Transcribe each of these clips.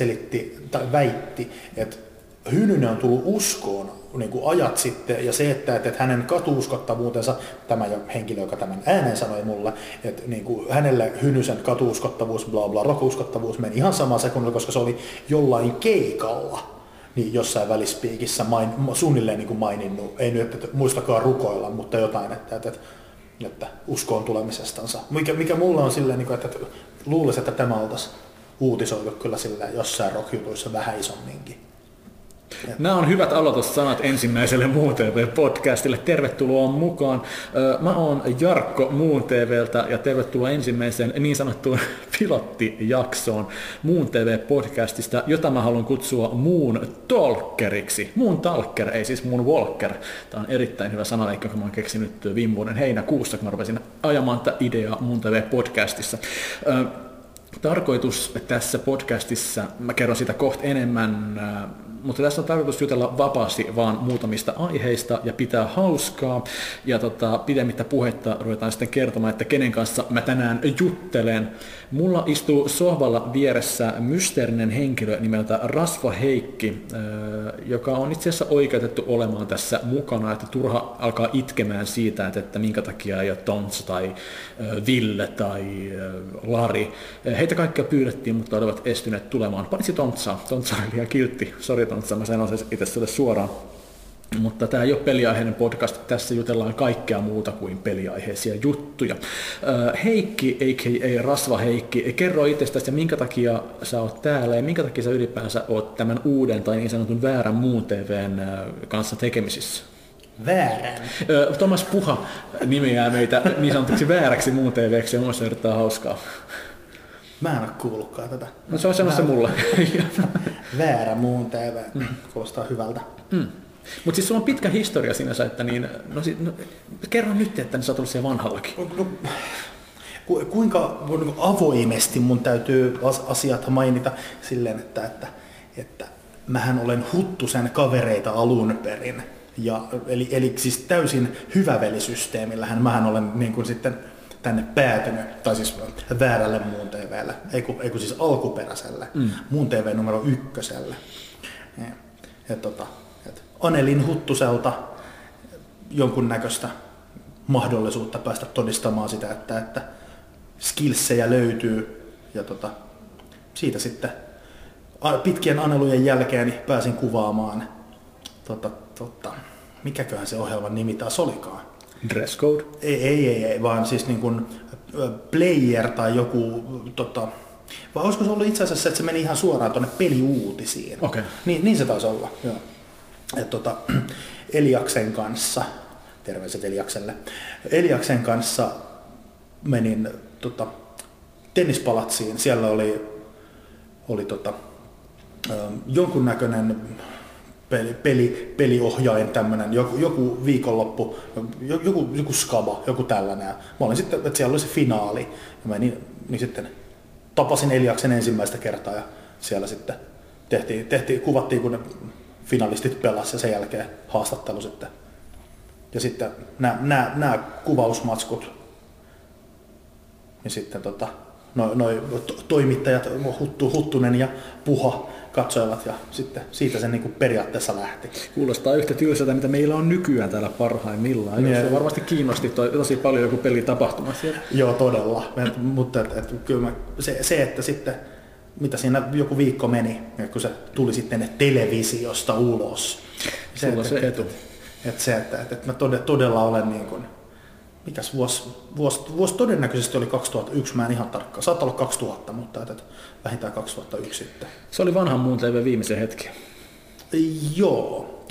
selitti tai väitti, että Hynynen on tullut uskoon niin kuin ajat sitten, ja se, että hänen katuuskottavuutensa, tämä henkilö, joka tämän ääneen sanoi mulle, että niin kuin hänelle Hynysen katuuskottavuus, bla bla, rock-uskottavuus meni ihan sama sekunnilla, koska se oli jollain keikalla, niin jossain välispiikissä suunnilleen niin kuin maininnut, ei nyt, että muistakaa rukoilla, mutta jotain, että uskoon tulemisestansa. Mikä mulla on silleen, että luulisi, että tämä oltaisiin uutisoitu kyllä silleen jossain rock-jutuissa vähän isomminkin. Nämä on hyvät aloitussanat ensimmäiselle Muun TV-podcastille. Tervetuloa mukaan. Mä oon Jarkko Muun TV:ltä ja tervetuloa ensimmäiseen niin sanottuun pilottijaksoon Muun TV-podcastista, jota mä haluan kutsua Muun Talkeriksi. Muun Talker, ei siis Muun Walker. Tämä on erittäin hyvä sanaleikki, jonka mä oon keksinyt viime vuoden heinäkuussa, kun mä rupesin ajamaan tätä ideaa Muun TV-podcastissa. Tarkoitus tässä podcastissa, mä kerron siitä kohta enemmän, mutta tässä on tarkoitus jutella vapaasti vaan muutamista aiheista ja pitää hauskaa. Ja pidemmittä puhetta ruvetaan sitten kertomaan, että kenen kanssa mä tänään juttelen. Mulla istuu sohvalla vieressä mysteerinen henkilö nimeltä Rasva Heikki, joka on itse asiassa oikeutettu olemaan tässä mukana, että turha alkaa itkemään siitä, että minkä takia ei ole Tontsa tai Ville tai Lari. Heitä kaikkia pyydettiin, mutta olivat estyneet tulemaan. Paitsi Tontsaa. Tontsa oli liian kiltti. Sori Tontsa, mä sanon sen itse sulle suoraan. Mutta tämä ei ole peliaiheinen podcast, tässä jutellaan kaikkea muuta kuin peliaiheisia juttuja. Heikki, a.k.a. Rasva Heikki, kerro itsestäsi, minkä takia sä oot täällä ja minkä takia sä ylipäänsä oot tämän uuden tai niin sanotun väärän Muun TV:n kanssa tekemisissä? Väärän? Thomas Puha nimeää meitä niin sanotuksi vääräksi Muun TV:ksi ja mun mielestä erittäin hauskaa. Mä en ole kuullutkaan tätä. No se on semmoista mulle. Väärä Muun TV, kuulostaa hyvältä. Mutta siis sulla on pitkä historia sinänsä, että kerro nyt, että sä oot ollut siellä vanhallakin. Kuinka avoimesti mun täytyy asiat mainita silleen, että mähän olen Huttusen kavereita alun perin. Eli siis täysin hyvävelisysteemillähän mähän olen niin kuin sitten tänne päätynyt, tai siis väärälle Muun TV:lle, ei kun siis alkuperäiselle, Muun TV numero 1. Anelin Huttuselta jonkunnäköistä mahdollisuutta päästä todistamaan sitä, että skillsejä löytyy. Ja siitä sitten pitkien anelujen jälkeen pääsin kuvaamaan, mikäköhän se ohjelman nimi taas olikaan? Dress Code? Ei, vaan siis niin kuin Player tai joku, vai olisiko se ollut itse asiassa, että se meni ihan suoraan tuonne peliuutisiin. Okay. Niin se taisi olla, joo. Eliaksen kanssa, terveiset Eliakselle, Eliaksen kanssa menin tennispalatsiin. Siellä oli jonkunnäköinen peliohjain, tämmöinen, joku viikonloppu, joku skaba, joku tällainen. Mä olin sitten, että siellä oli se finaali. Ja menin, niin sitten tapasin Eliaksen ensimmäistä kertaa ja siellä sitten kuvattiin, kun ne finalistit pelasivat ja sen jälkeen haastattelu sitten. Ja sitten nämä kuvausmatskut. Ja sitten noi toimittajat, Huttunen ja Puha, katsoivat ja sitten siitä se niin kuin periaatteessa lähti. Kuulostaa yhtä tylsältä, mitä meillä on nykyään täällä parhaimmillaan. Se varmasti kiinnosti tosi paljon joku pelitapahtuma siellä. Joo, todella. Mutta kyllä se, että sitten mitä siinä joku viikko meni, kun se tuli sitten televisiosta ulos. Sulla on se etu. Että mä todella olen niin kuin, mikäs vuosi todennäköisesti oli 2001, mä en ihan tarkkaan. Saattaa olla 2000, mutta että vähintään 2001 sitten. Se oli vanhan Muun TV viimeisen hetki. Joo,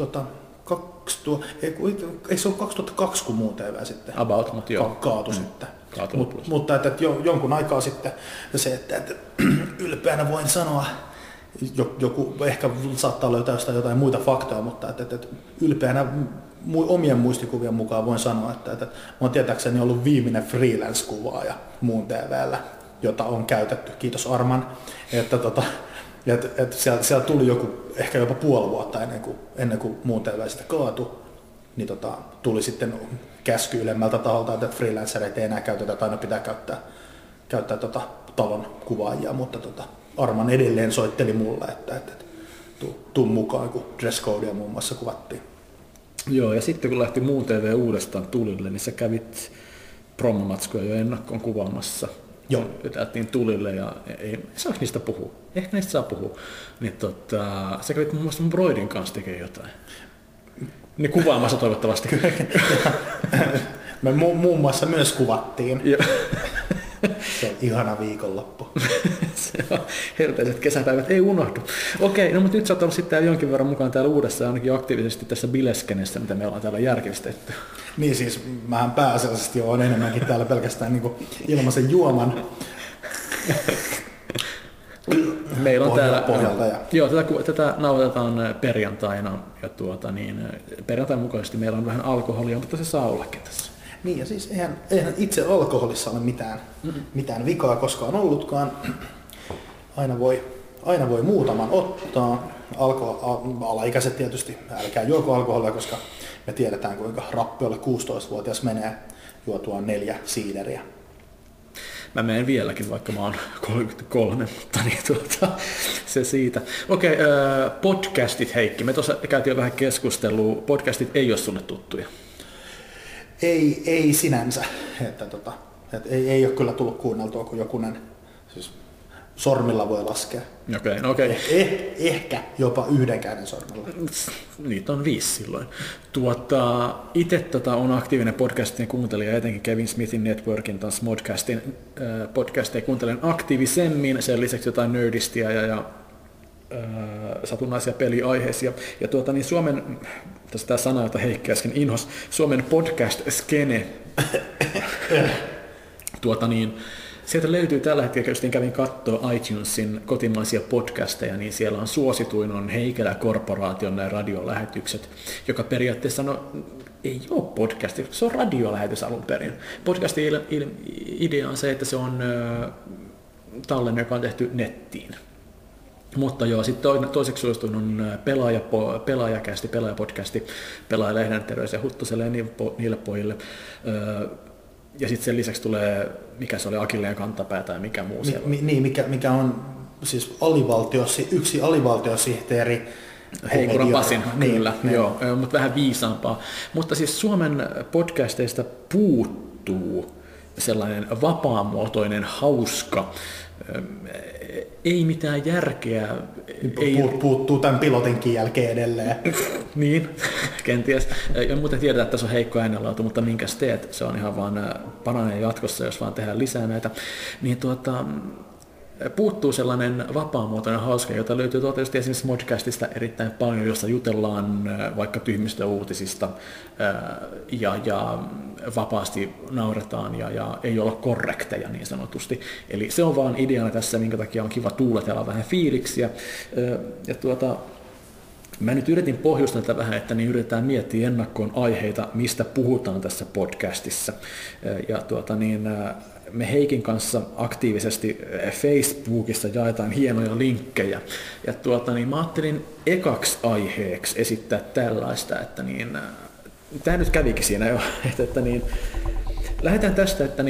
ei se ole 2002, kun Muun TV sitten kaatui sitten. Mutta että jonkun aikaa sitten se, että ylpeänä voin sanoa, joku ehkä saattaa löytää jotain muita faktoja, mutta että ylpeänä omien muistikuvien mukaan voin sanoa, että mä oon tietääkseni ollut viimeinen freelance-kuvaaja Muun TV:llä, jota on käytetty, kiitos Arman, että siellä tuli ehkä jopa puoli vuotta ennen kuin Muun TV sitä kaatui, niin tuli sitten käsky ylemmältä taholta, että freelancereita ei enää käytetä, tai aina pitää käyttää talon kuvaajia, mutta Arman edelleen soitteli mulle, että tuu mukaan, kun dresscodea muun muassa kuvattiin. Joo, ja sitten kun lähti Muun TV uudestaan tulille, niin sä kävit promomatskuja jo ennakkoon kuvaamassa. Joo. Ytättiin tulille ja ei saa niistä puhua. Ehkä niistä saa puhua. Niin sä kävit muun muassa mun Broidin kanssa tekemään jotain. Niin kuvaamassa toivottavasti. Me muun muassa myös kuvattiin. Se on ihana viikonloppu. Se on herteiset kesäpäivät, ei unohdu. Okei, no mutta nyt sä oot ollut sitten jonkin verran mukaan täällä uudessa, ainakin aktiivisesti tässä bileskenessä, mitä me ollaan täällä järkistetty. Niin siis, mähän pääasiallisesti olen enemmänkin täällä pelkästään niin kuin ilmaisen juoman meillä on täällä, pohjalta. Joo, tätä nauhoitetaan perjantaina, ja perjantain mukaisesti meillä on vähän alkoholia, mutta se saa ollakin tässä. Niin, ja siis eihän itse alkoholissa ole mitään vikaa koskaan ollutkaan. Aina voi muutaman ottaa. Alaikäiset tietysti, älkää juoko alkoholia, koska me tiedetään, kuinka rappiolle 16-vuotias menee juotua 4 siideriä. Mä menen vieläkin, vaikka mä oon 33, mutta se siitä. Okei, podcastit, Heikki. Me tuossa käytiin jo vähän keskustelua. Podcastit ei ole sulle tuttuja. Ei sinänsä. Että ei ole kyllä tullut kuunneltua, kun jokunen siis sormilla voi laskea. Okei. Ehkä jopa 1 käden sormilla. Niitä on 5 silloin. Itse on aktiivinen podcastien kuuntelija, etenkin Kevin Smithin Networkin taas podcasteja kuuntelen aktiivisemmin, sen lisäksi jotain nerdistiä ja satunnaisia peliaiheisia. Ja niin Suomen, tässä tämä sana, jota Heikki äsken inhos, Suomen podcast-skene, sieltä löytyy tällä hetkellä, jos kävin katsoa iTunesin kotimaisia podcasteja, niin siellä on suosituin on Heikelä Korporaation nämä radiolähetykset, joka periaatteessa ei ole podcast, se on radiolähetys alun perin. Podcastin idea on se, että se on tallenne, joka on tehty nettiin. Mutta joo, sitten toiseksi suosituin on Pelaajapodcasti, Pelaajalehden terveisiä Huttuselle ja niille pojille. Ja sitten sen lisäksi tulee, mikä se oli, Akilleen kantapää tai mikä muu siellä. Mikä on siis yksi alivaltiosihteeri. Heikuran Pasin, kyllä, joo, mutta vähän viisaampaa. Mutta siis Suomen podcasteista puuttuu sellainen vapaamuotoinen, hauska, ei mitään järkeä. Puuttuu tämän pilotinkin jälkeen edelleen. Niin, kenties. Ja muuten tiedetään, että tässä on heikko äänenlaatu, mutta minkäs teet? Se on ihan vaan paranee jatkossa, jos vaan tehdään lisää näitä. Niin puuttuu sellainen vapaamuotoinen hauska, jota löytyy tietysti esimerkiksi Modcastista erittäin paljon, jossa jutellaan vaikka tyhmistä uutisista ja vapaasti nauretaan ja ei olla korrekteja niin sanotusti. Eli se on vaan ideana tässä, minkä takia on kiva tuuletella vähän fiiliksiä. Mä nyt yritin pohjustaa tätä vähän, että niin yritetään miettiä ennakkoon aiheita, mistä puhutaan tässä podcastissa. Ja me Heikin kanssa aktiivisesti Facebookissa jaetaan hienoja linkkejä. Ja mä ajattelin ekaksi aiheeksi esittää tällaista, että tämä nyt kävikin siinä jo, että lähdetään tästä, että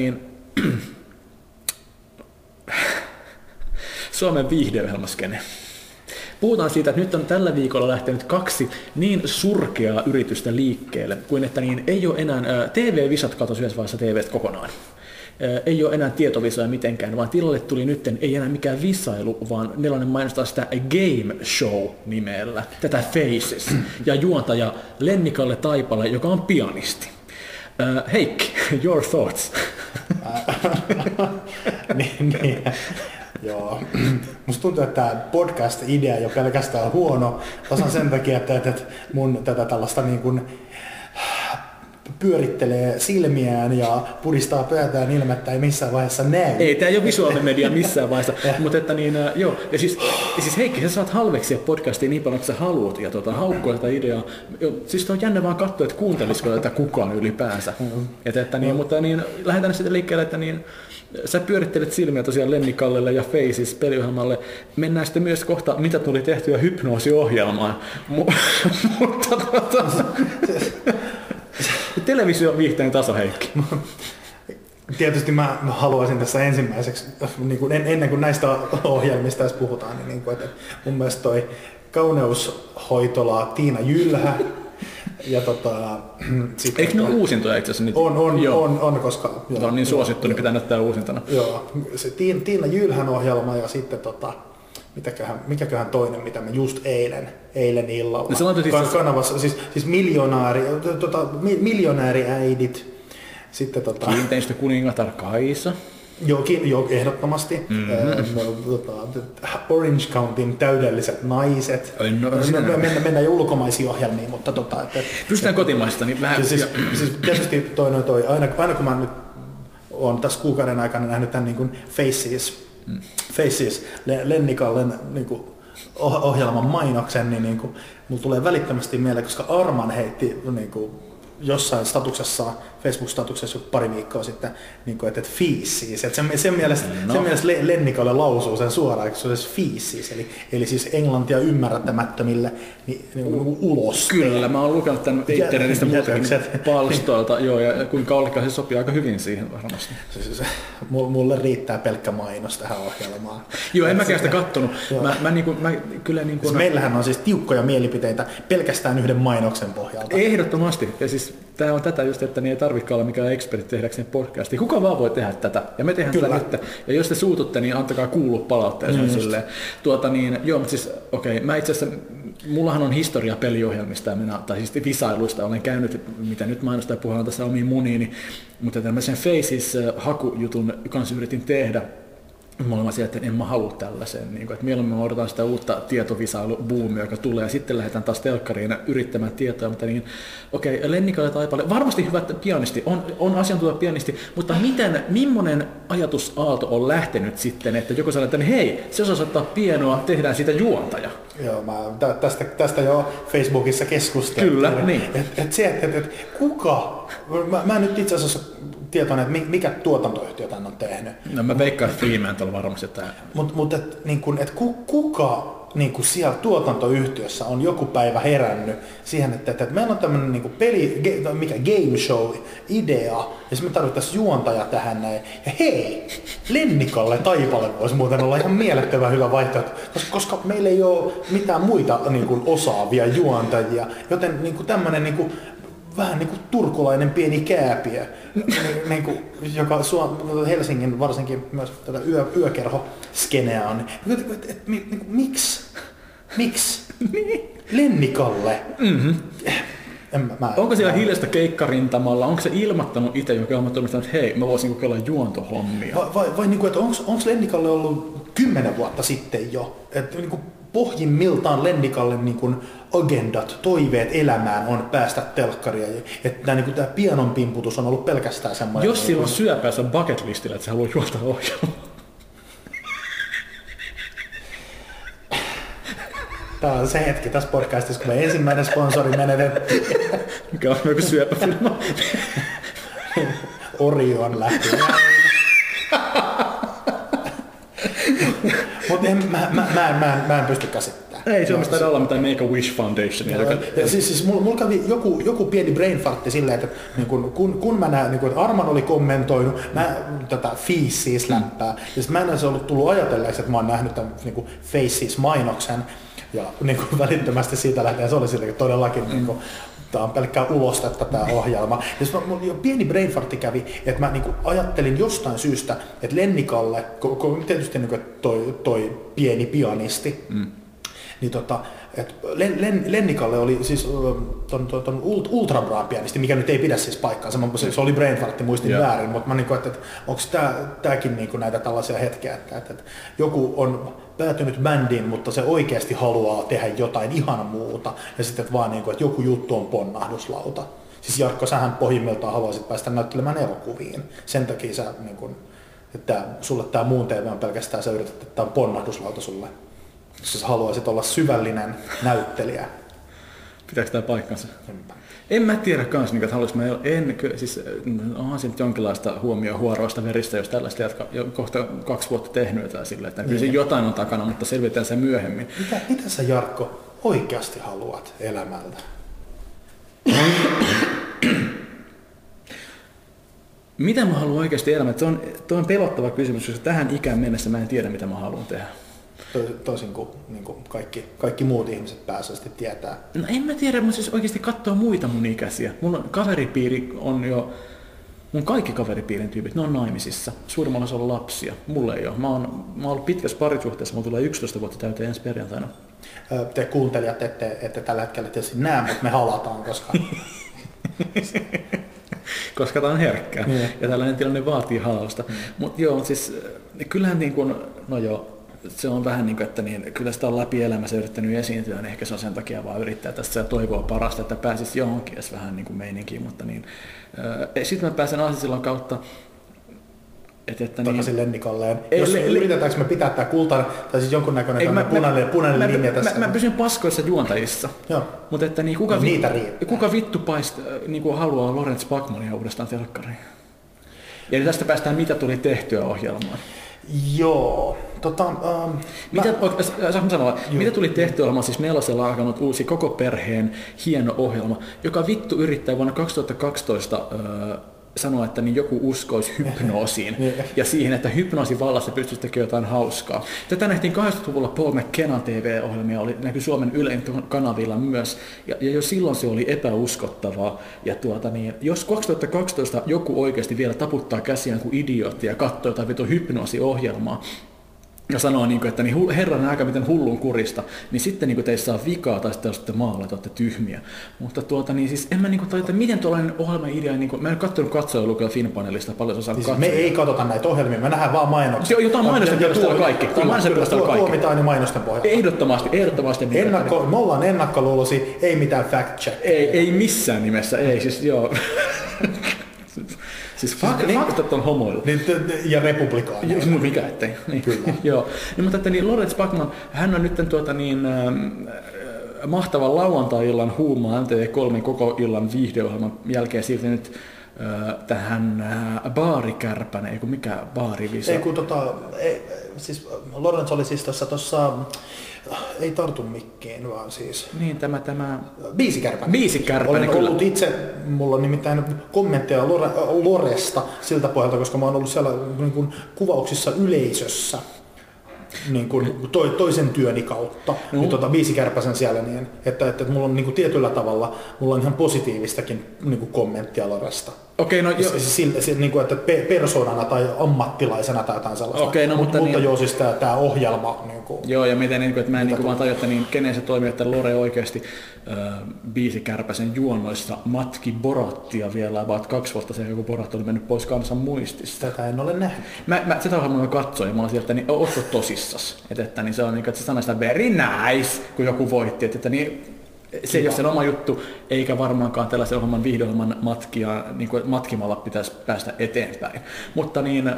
Suomen viihdeohjelmaskene. Puhutaan siitä, että nyt on tällä viikolla lähtenyt 2 niin surkeaa yritystä liikkeelle, kuin että ei ole enää, TV-visat katosi yhdessä vaiheessa TV:stä kokonaan. Ei ole enää tietovisoja mitenkään, vaan tilalle tuli nyt ei enää mikään visailu, vaan nellainen mainostaa sitä Game Show nimellä, tätä Faces, ja juontaja Lennikalle Taipale, joka on pianisti. Heikki, your thoughts? niin. Joo. Musta tuntuu, että tämä podcast-idea ei ole pelkästään huono, tasan sen takia, että mun tätä tällaista niin kuin pyörittelee silmiään ja pudistaa päätään ilmettä ei missään vaiheessa näy. Ei, tämä ei ole visuaalinen media missään vaiheessa, mutta että joo. Ja siis Heikki, sä saat halveksia podcastia niin paljon, että sä haluat ja haukkoa tätä ideaa. Siis on jännä vaan katsoa, että kuuntelisiko tätä kukaan ylipäänsä. Mutta lähdetään sitten liikkeelle, että sä pyörittelet silmiä tosiaan Lennikallelle ja Faces peliohjelmalle. Mennään sitten myös kohta, mitä tuli tehtyä hypnoosiohjelmaan. Televisio viihteen taso, Heikki. Tietysti mä haluaisin tässä ensimmäiseksi, niin kuin ennen kuin näistä ohjelmista tässä puhutaan, niin kuin, että mun mielestä toi kauneushoitola Tiina Jylhä ja eikö ne ole uusintoja itse asiassa? On, koska... Tämä on niin suosittu, niin pitää näyttää uusintana. Joo, se Tiina Jylhän ohjelma ja sitten mikäköhän toinen, mitä me just eilen illalla kanavassa, siis miljonääriäidit, sitten Kiinteistökuningatar Kaisa. Joo, ehdottomasti. Orange Countyn täydelliset naiset. Mennään jo ulkomaisiin ohjelmiin, mutta pystytään kotimaista, niin vähän... Siis tietysti aina kun mä nyt olen tässä kuukauden aikana nähnyt tämän niin kuin Faces Lennikallen niin kuin ohjelman mainoksen, niin kuin, mulla tulee välittömästi mieleen, koska Arman heitti niin kuin, jossain statuksessa, Facebook-statuksessa pari viikkoa sitten, niin kuin, että feces. Sen mielestä Lennikalle lausuu sen suoraan, että se olisi feces, eli siis englantia ymmärtämättömille niin ulos. Kyllä, mä oon lukenut tämän internetistä muutakin palstoilta, joo, ja kuinka olikaan se sopii aika hyvin siihen varmasti. Mulle riittää pelkkä mainos tähän ohjelmaan. Joo, en mäkään sitä kattonut. Meillähän on siis tiukkoja mielipiteitä pelkästään yhden mainoksen pohjalta. Ehdottomasti, ja siis tämä on tätä just, että niin ei tarvitse olla mikään ekspertti tehdäkseen podcastia. Kuka vaan voi tehdä tätä, ja me tehdään tätä nyt. Ja jos te suututte, niin antakaa kuulua palautteeseen silleen. Joo, mutta siis mä itse asiassa, mullahan on historia peliohjelmista, tai siis visailuista, olen käynyt, mitä nyt mainostaa ja puhutaan tässä omiin muniini, mutta tämmöisen Faces-hakujutun kanssa yritin tehdä. Mä olin siellä, että en mä halua tällaisen. Niin kuin, että mieluummin me odotan sitä uutta tietovisailubuumia, joka tulee, ja sitten lähdetään taas telkkariin yrittämään tietoa. Mutta niin, Lennikalle Taipale, varmasti hyvä pianisti, on asiantunteva pianisti, mutta millainen ajatusaalto on lähtenyt sitten, että joku sanoo, että hei, se osaa ottaa pianoa, tehdään siitä juontaja. Joo, mä tästä jo Facebookissa keskustelin. Kyllä, niin. Kuka? Mä nyt itse asiassa tietoinen, että mikä tuotantoyhtiö tämän on tehnyt. No mä veikkaan Fremantle varmasti. Mutta kuka niin kuin siellä tuotantoyhtiössä on joku päivä herännyt siihen, että meillä on tämmöinen niin kuin game show idea, ja sitten me tarvittaisiin juontaja tähän näin. Ja hei, Lennikalle Taipale voisi muuten olla ihan mielettömän hyvä vaihtoehto, koska meillä ei ole mitään muita niin kuin osaavia juontajia, joten niin kuin tämmöinen niin kuin vähän niin kuin turkulainen pieni kääpiö, niin kuin, joka Helsingin varsinkin myös tätä yökerhoskeneä on. Miksi? Lennikalle? Mm-hmm. Onko siellä hiljaista keikkarintamalla? Onko se ilmoittanut itse, joka on ilmoittanut, että hei, mä voisin kokeilla juontohommia? Vai niin kuin, että onko Lennikalle ollut 10 vuotta sitten jo? Että niin kuin pohjimmiltaan Lennikalle niin kuin agendat, toiveet elämään on päästä telkkaria. Että niin kuin tämä pianon pimputus on ollut pelkästään semmoinen. Jos sillä on syöpäänsä bucket listillä, että se haluaa juolta ohjelmaa. Tämä on se hetki tässä podcastissa, kun me ensimmäinen sponsori menetettiin. Mikä on joku syöpäfilma? Orion lähti. Mutta mä en pysty käsittämään. Ei Suomessa taida olla mitään Make-A-Wish Foundation. Siis mulla kävi joku pieni brainfartti silleen, että niin kun mä näin, niin että Arman oli kommentoinut tätä Faces-läppää, ja sitten mä en olisi ollut tullut ajatelleeksi, että mä oon nähnyt tämän niin Faces-mainoksen, ja niin kuin välittömästi siitä lähtien se oli silleen, todellakin niin kuin, tämä on pelkkää ulostetta tämä ohjelma. Ja sitten pieni brainfartti kävi, että mä niin kuin ajattelin jostain syystä, että Lennikalle, tietysti niin kuin toi pieni pianisti, niin että Lennikalle oli siis ton Ultra pianisti, mikä nyt ei pidä siis paikkaansa. Se oli brainfartti, muistin väärin, mutta mä niin että onko tämäkin niin näitä tällaisia hetkiä, että joku on päätynyt bändiin, mutta se oikeasti haluaa tehdä jotain ihan muuta, ja sitten vaan niin kuin, että joku juttu on ponnahduslauta. Siis Jarkko, sähän pohjimmiltaan haluaisit päästä näyttelemään elokuviin. Sen takia sä, niin kuin, että sulle tämä muun TV on pelkästään, sä yrität, että tämä on ponnahduslauta sulle. Jos haluaisit olla syvällinen näyttelijä. Pitääkö tämä paikkansa? En mä tiedä kans, että haluaisin. Siis onhan se nyt jonkinlaista huomiohuoroista veristä, jos tällaista jatka jo kohta 2 vuotta tehnyt jotain sille, että kyllä siinä jotain on takana, mutta selvitään se myöhemmin. Mitä sä, Jarkko, oikeasti haluat elämältä? Mitä mä haluan oikeasti elämään? Tuo on pelottava kysymys, koska tähän ikään mennessä mä en tiedä, mitä mä haluan tehdä. Toisin kuin, kaikki muut ihmiset pääsääntöisesti tietää. No en mä tiedä, mutta siis oikeasti katsoa muita mun ikäisiä. Mun kaveripiiri on jo, mun kaikki kaveripiirin tyypit, ne on naimisissa. Suurimmalla osalla on lapsia. Mulle ei ole. Mä oon ollut pitkässä parisuhteessa, mulla tulee 11 vuotta täyteen ensi perjantaina. Te kuuntelijat ette tällä hetkellä tietysti näe, mutta me halataan, koska... koska tämä on herkkää ja tällainen tilanne vaatii halausta. Mutta joo, siis kyllähän niin kuin, no joo, se on vähän niin kuin, että niin, kyllä sitä on läpi elämässä yrittänyt esiintyä, niin ehkä se on sen takia vaan yrittää tässä ja toivoa parasta, että pääsisi johonkin edes vähän niin kuin meininkiin, mutta niin, sitten mä pääsen Aasisillan kautta takaisin Lennikalleen. Yritetäänkö me pitää tämä kultainen, tai siis jonkunnäköinen punainen linja tässä? Mä pysyn paskoissa juontajissa. Mutta että niin, kuka vittu niin haluaa Lawrence Bachmania uudestaan telkkariin? Ja tästä päästään Mitä tuli tehtyä -ohjelmaan. Joo. Saanko sanoa, Mitä tuli tehtyä -ohjelma, siis Nelosella on alkanut uusi koko perheen hieno ohjelma, joka vittu yrittää vuonna 2012 sanoa, että niin joku uskoisi hypnoosiin ja siihen, että hypnoosin vallassa pystyisi tekemään jotain hauskaa. Tätä nähtiin 80-luvulla Paul McKennan TV-ohjelmia, näkyi Suomen Ylen kanavilla myös, ja jo silloin se oli epäuskottavaa. Ja jos 2012 joku oikeasti vielä taputtaa käsiään kuin idiootti ja katsoo jotain vitun hypnoosiohjelmaa, ja sanoo, että herran aika miten hullun kurista, niin sitten teissä on vikaa tai sitten olette maalla, että olette tyhmiä. Mutta siis en mä tajuta, miten tuollainen ohjelma-idea, mä en katsonut katsojalukuja Finpanelista, paljon se on saanut katsoja. Me ei katsota näitä ohjelmia, me nähdään vaan mainoksia. Jotain mainosten perusteella kaikki. Tuomitaan jo mainosten pohjalta. Ehdottomasti. Me ollaan ennakkoluuloisia, ei mitään fact check. Ei missään nimessä, ei siis joo. Siis faktat on homoilla. Ja republikaania. Mikä ettei. Niin. Kyllä. Joo. Niin, mutta että Lawrence Bachman, hän on nyt mahtavan lauantai-illan huumaa MTV3 koko illan viihdeohjelman jälkeen siirtynyt tähän baarikärpäne, ei kun mikä baarivisa. Ei kun siis Lawrence oli siis tuossa ei tartu mikkiin, vaan siis... Niin, tämä... Biisikärpäne, kyllä. Ollut itse, mulla on nimittäin kommentteja Loresta siltä pohjalta, koska mä oon ollut siellä niin kuin kuvauksissa yleisössä niin kuin toisen työni kautta, Biisikärpäsen siellä, niin, että mulla on niin kuin tietyllä tavalla, mulla on ihan positiivistakin niin kuin kommenttia Loresta. Okei, no niin kuin, että persoonana tai ammattilaisena tai jotain sellaista. Okei, no, mutta niin, joo, siis tämä ohjelma. Niin kuin, joo, ja miten, niin kuin, että mä en vaan tajua, että niin, kenen se toimii, että Lore oikeasti Biisikärpäsen juonnoissa matki Borattia vielä, vaan 2 vuotta sen, kun Borat oli mennyt pois kansan muistista. Tätä en ole nähnyt. Sitä ohjelmaa katsoin, ja mä olin sieltä, niin ootko tosissas? Että niin se on niin, että se sanoi sitä very nice, kun joku voitti, että niin, se ei ole sen oma juttu, eikä varmaankaan tällaisen ohjelman viihdeohjelman matkia, niin kuin matkimalla pitäisi päästä eteenpäin. Mutta niin,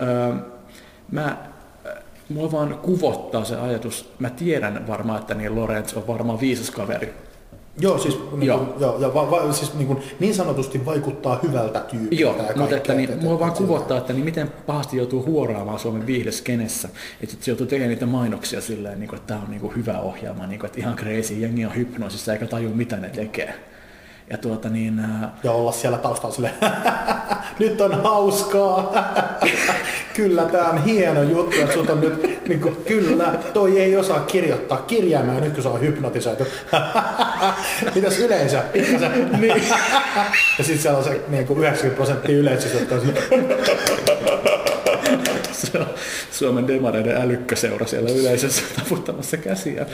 mua vaan kuvottaa se ajatus. Mä tiedän varmaan, että niin Lawrence on varmaan viisas kaveri. Joo, siis siis niin sanotusti vaikuttaa hyvältä tyypiltä. Joo, mutta että mua vaan kuvottaa, että niin miten pahasti joutuu huoraamaan Suomen viihdeskenessä, että se joutuu tekemään niitä mainoksia silleen, niin kuin, että tämä on niin kuin hyvä ohjelma, niin kuin, että ihan crazy, jengi on hypnoosissa eikä tajua mitä ne tekee. Ja ja olla siellä taustalla silleen, nyt on hauskaa, kyllä tää on hieno juttu, että sut on nyt, niin kuin, kyllä, toi ei osaa kirjoittaa kirjaimeja, nyt kun se on hypnotisoitu. Mitäs yleisö? Niin. Ja sit siellä on se niin kuin 90% yleisöstä, jotka on se on Suomen demareiden älykköseura siellä yleisössä taputtamassa käsiä.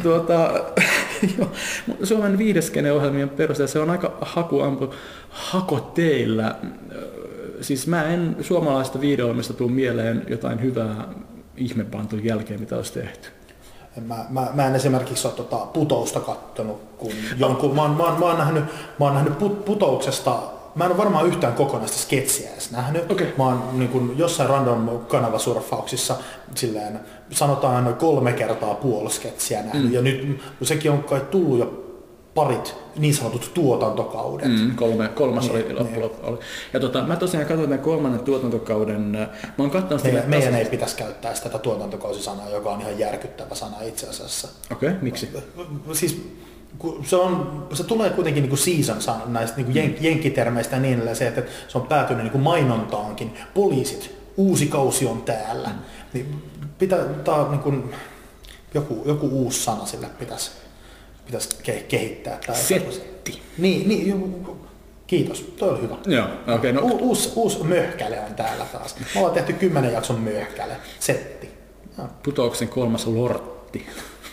Suomen viihdeskene-ohjelmien perusteella se on aika hakoteillä. Siis mä en suomalaisesta viihdeohjelmista tule mieleen jotain hyvää ihmepantun jälkeen, mitä olisi tehty. Mä en esimerkiksi ole Putousta kattonut, kun jonkun, mä oon nähnyt Putouksesta. Mä en ole varmaan yhtään kokonaista sketsiä edes nähnyt. Okay. Mä oon niin kuin jossain random kanavasurfauksissa silleen, sanotaan noin 3 kertaa puolisketsiä nähnyt. Ja nyt sekin on kai tullut jo parit niin sanotut tuotantokaudet. Kolmas oli. Ja mä tosiaan katsoin tämän 3. tuotantokauden. Mä oon katsonut meidän ei pitäisi käyttää sitä tuotantokausisanaa, joka on ihan järkyttävä sana itse asiassa. Okei, miksi? Siis se tulee kuitenkin niin season näistä niin jenkkitermeistä ja niin edelleen, se, että se on päätynyt niin mainontaankin. Poliisit, uusi kausi on täällä. Niin pitää niin kuin, joku uusi sana sille pitäisi kehittää. Setti. Niin, kiitos, toi oli hyvä. Joo, okay, no. Uusi möhkäle on täällä taas. Me ollaan tehty 10 jakson möhkäle, setti. Putouksen 3. lortti.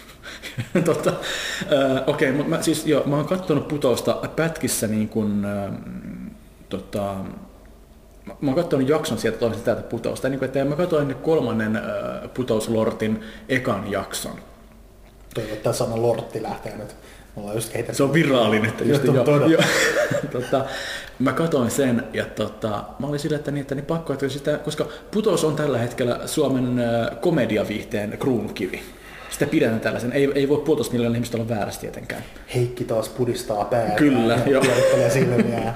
Okei, mä oon katsonut Putousta pätkissä niin kuin, mä oon katsonut jakson sieltä toisesta täältä Putousta, niin kuin, että mä katsoin 3. Putouslortin ekan jakson. Tämä sana lortti lähtee nyt. Se on virallinen. Mä katsoin sen ja mä olin sillä, että niin pakko, että sitä, koska Putous on tällä hetkellä Suomen komediaviihteen kruununkivi. Sitä pidetään tällaisen. Ei voi 1,5 miljoonaa ihmistä olla väärässä tietenkään. Heikki taas pudistaa päätä. Kyllä, joo. Silmiä.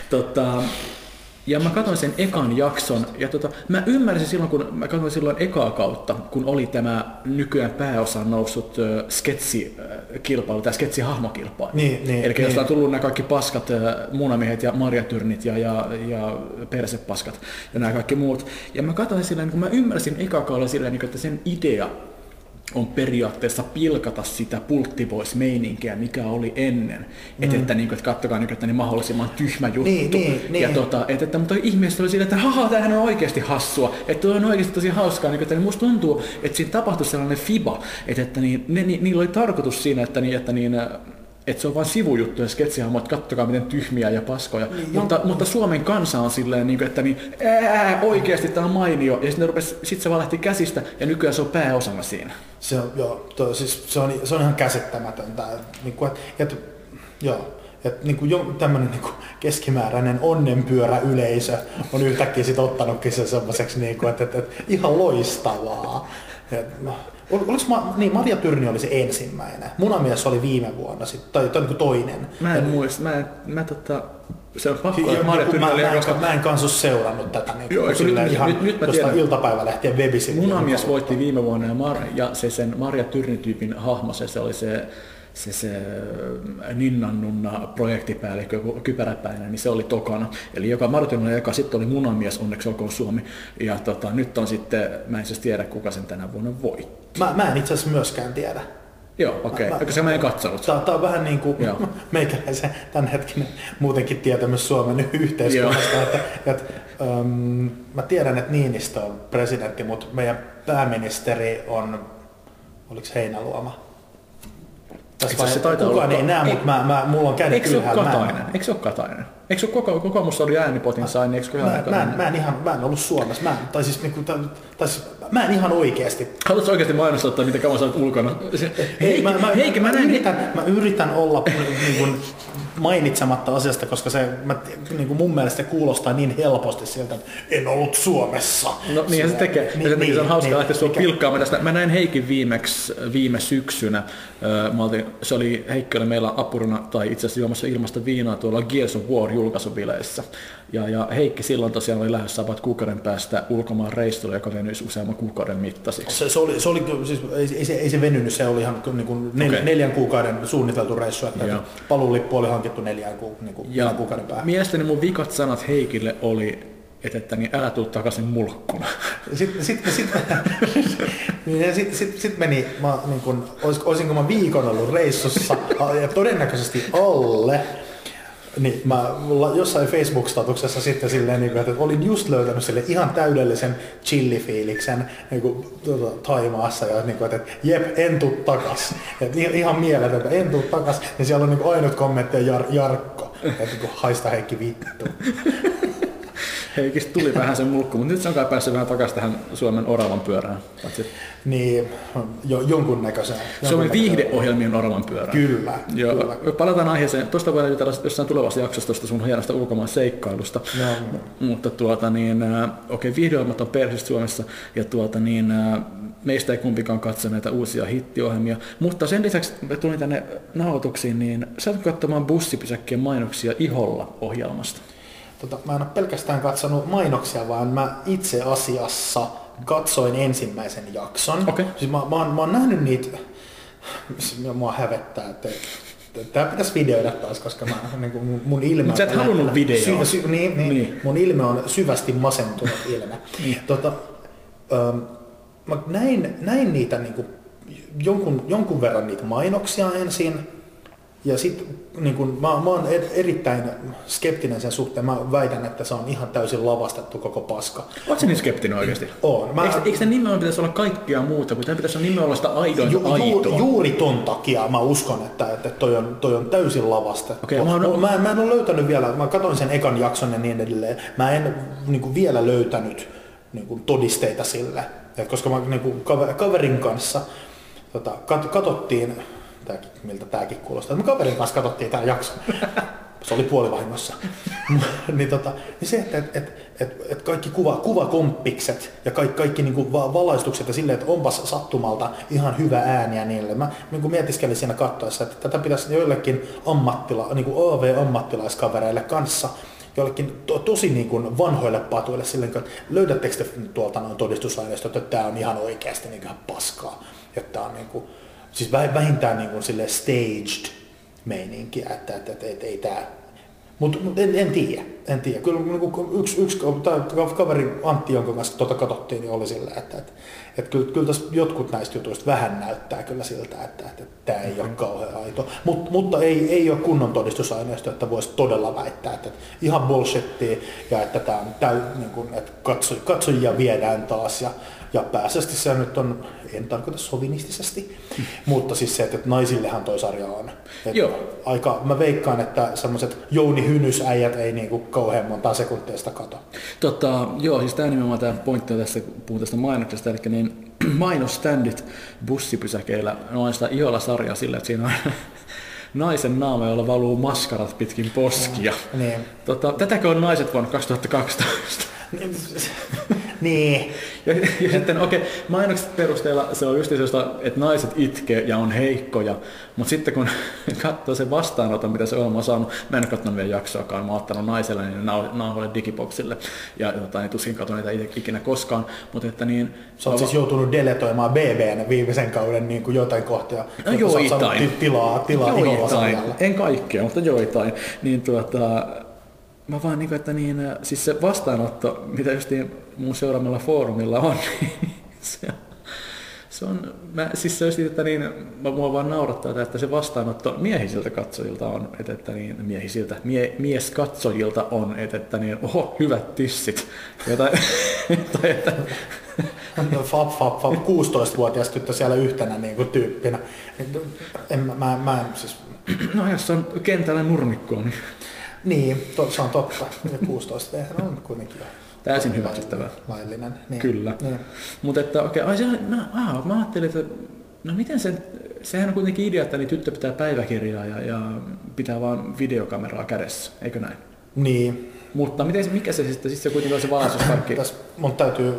Ja mä katsoin sen ekan jakson, ja mä ymmärsin silloin, kun mä katsoin silloin ekaa kautta, kun oli tämä nykyään pääosaan noussut sketsikilpailu, tämä sketsihahmokilpailu. Eli josta on tullut nämä kaikki paskat, munamiehet ja marjatyrnit ja persepaskat ja nämä kaikki muut. Ja mä katsoin silleen, kun mä ymmärsin ekaa kaudella silleen, että sen idea on periaatteessa pilkata sitä pulttivoice-meininkiä, mikä oli ennen. Että katsokaa että niin mahdollisimman tyhmä juttu. Mutta ihmiset oli sillä, että tämähän on oikeasti hassua, että on oikeasti tosi hauskaa. Että musta tuntuu, että siinä tapahtui sellainen fiba, että niillä oli tarkoitus siinä, että se on vain sivujuttu ja sketsihahmot, kattokaa miten tyhmiä ja paskoja. Mutta Suomen kansa on silleen, että oikeasti tämä on mainio. Ja sitten se vaan lähti käsistä ja nykyään se on pääosana siinä. Se on ihan käsittämätöntä. Tämmöinen keskimääräinen onnenpyöräyleisö on yhtäkkiä sit ottanutkin sen semmoiseksi, että ihan loistavaa. Marja Tyrni oli se ensimmäinen. Munamies oli viime vuonna, tai toinen. Mä en muista. Se on pakko, että Marja Tyrni oli... Mä en kanssa seurannut tätä jostain iltapäivälehtien webisivuilta. Munamies voitti viime vuonna ja se sen Marja Tyrni-tyypin hahmo, se oli se Ninnannunna projektipäällikkö, kypäräpäinen, niin se oli tokana. Eli joka Martinilla, joka sitten oli Munamies, onneksi olkoon Suomi. Ja nyt on sitten, mä en siis tiedä kuka sen tänä vuonna voitti. Mä en itse asiassa myöskään tiedä. Joo, okei. Koska mä en katsonut. Tää on vähän niin kuin meikäläisen tämänhetkinen muutenkin tietämys Suomen yhteiskunnasta. Mä tiedän, että Niinistö on presidentti, mutta meidän pääministeri on, oliko Heinäluoma? Kukaan ei näe, mutta mulla on kädet ylhäällä. Eikö se ole Katainen? Eikö se ole kokoomus oli äänipotin sain? Mä en ollut Suomessa. Mä en ihan oikeasti. Haluatko oikeasti mainostaa, mitä kauan sä olet ulkona? Mä yritän olla mainitsematta asiasta, koska se mun mielestä se kuulostaa niin helposti siltä, että en ollut Suomessa. No niin se tekee. Se on hauskaa lähteä sua pilkkaamaan tästä. Mä näin Heikin viime syksynä. Heikki oli meillä apurina, tai itse asiassa juomassa ilmasta viinaa tuolla Gears of War julkaisubileissä. Ja Heikki silloin tosiaan oli lähdössä about kuukauden päästä ulkomaan reissulle, joka venyisi useamman kuukauden mittaisiksi. Ei se venynyt, se oli ihan 4 kuukauden suunniteltu reissu, että paluulippu oli hankittu 4 kuukauden päähän. Mielestäni mun vikat sanat Heikille oli, että niin älä tuu takaisin mulkkuna. Sitten meni, olisinko mä viikon ollut reissussa ja todennäköisesti alle. Niin mulla jossain Facebook-statuksessa sitten silleen, että olin just löytänyt sille ihan täydellisen chillifiiliksen Thaimaassa ja että jep, en tuu takas. Et ihan mieletöntä, en tuu takas. Ja siellä on ainut kommentti Jarkko, että haista Heikki vittu. Heikistä tuli vähän sen mulkku, mutta nyt se on kai päässyt vähän takaisin tähän Suomen oravan pyörään. Niin, jonkunnäköiseen. Suomen viihdeohjelmien oravan pyörään. Kyllä. Palataan aiheeseen. Tuosta voidaan jutella jossain tulevassa jaksossa tuosta sun hienosta ulkomaan seikkailusta. Mutta viihdeohjelmat on perheessä Suomessa ja meistä ei kumpikaan katso näitä uusia hittiohjelmia. Mutta sen lisäksi me tulin tänne nauhoituksiin, niin saatko katsomaan bussipysäkkien mainoksia Iholla -ohjelmasta? Mä en ole pelkästään katsonut mainoksia, vaan mä itse asiassa katsoin ensimmäisen jakson. Okay. Siis mä oon nähnyt niitä, mua hävettää, että Tää pitäisi videoida taas, koska niin mun ilme... Mutta sä et halunnut videoa. Niin. Mun ilme on syvästi masentunut ilme. Mä näin niitä niin jonkun verran niitä mainoksia ensin. Ja sitten niin mä oon erittäin skeptinen sen suhteen. Mä väitän, että se on ihan täysin lavastettu koko paska. Oletko sä niin skeptinen oikeasti? Oon. Eikö se nimenomaan pitäisi olla kaikkea muuta, kun tämä pitäisi olla nimenomaan sitä aitoa? Juuri ton takia mä uskon, että toi on täysin lavastettu. Okay, mä en ole löytänyt vielä, mä katsoin sen ekan jakson ja niin edelleen. Mä en niin vielä löytänyt niin todisteita sille. Koska mä niin kaverin kanssa katsottiin, miltä tääkin kuulostaa. Me kaverin kanssa katsottiin tää jakso. Se oli puolivahingossa. niin se, että kaikki kuvakomppikset ja kaikki niin valaistukset ja silleen, että onpas sattumalta ihan hyvä ääniä niille. Mä niin mietiskelin siinä katsoessa, että tätä pitäisi joillekin niin AV-ammattilaiskavereille kanssa, jollekin tosi niin kuin vanhoille patuille silleen, että löydättekö te tuolta noin todistusaineistot, että tää on ihan oikeasti niin ihan paskaa. Että tää on niin kuin, siis vähintään niin kuin silleen staged meininkiä, että ei tää. Mutta en tiedä. Kyllä yksi kaveri Antti, jonka kanssa katsottiin, niin oli silleen, että kyllä tässä jotkut näistä jutuista vähän näyttää kyllä siltä, että tämä ei ole kauhean aito. Mutta ei ole kunnon todistusaineisto, että voisi todella väittää, että ihan bullshittia ja että tämä on niin kuin, että katsojia viedään taas ja pääsästi se nyt on, en tarkoita sovinistisesti, mutta siis se, että naisillehan toi sarja on. Mä veikkaan, että semmoiset Jouni Hynys-äijät ei niinku kauhean montaa sekunteista kato. Siis tämä nimenomaan tämä pointti on tässä, puhun tästä mainoksesta, eli niin mainosständit bussipysäkeillä on sitä iholla-sarjaa sillä, että siinä on naisen naama, jolla valuu maskarat pitkin poskia. Niin. Tätäkö on naiset vuonna 2012? Niin. Ja sitten mainokset perusteella se on just sellaista, että naiset itkee ja on heikkoja, mutta sitten kun katsoo sen vastaanoton, mitä se ohjelma on saanut, mä en ole katsonut vielä jaksoakaan, mä oon ottanut naiselle niin nauhalle digiboxille ja tuskin katson niitä ikinä koskaan, mutta että niin... Sä oot siis joutunut deletoimaan BB:n viimeisen kauden niin kuin jotain kohtia, joitain. Tilaa joitain. En kaikkea, mutta joitain. Niin mä vaan niinku, että siis se vastaanotto, mitä just mun seuraamalla foorumilla on, niin se on, mua vaan naurattaa, että se vastaanotto miehisiltä katsojilta on, että mieskatsojilta on, että oho, hyvät tissit. Tai että 16-vuotias tyttö siellä yhtenä niin kuin tyyppinä. Mä en siis... No jos on kentällä nurmikkoa, niin... Niin, se on totta. 16 on kuitenkin jo. Täysin hyväksyttävää. Laillinen. Niin. Kyllä. Niin. Mutta että mä ajattelin, että no miten sehän on kuitenkin idea, että niin tyttö pitää päiväkirjaa ja pitää vaan videokameraa kädessä, eikö näin? Niin. Mutta mikä se sitten, siis se kuitenkin on se valaisuusparkki? Mun täytyy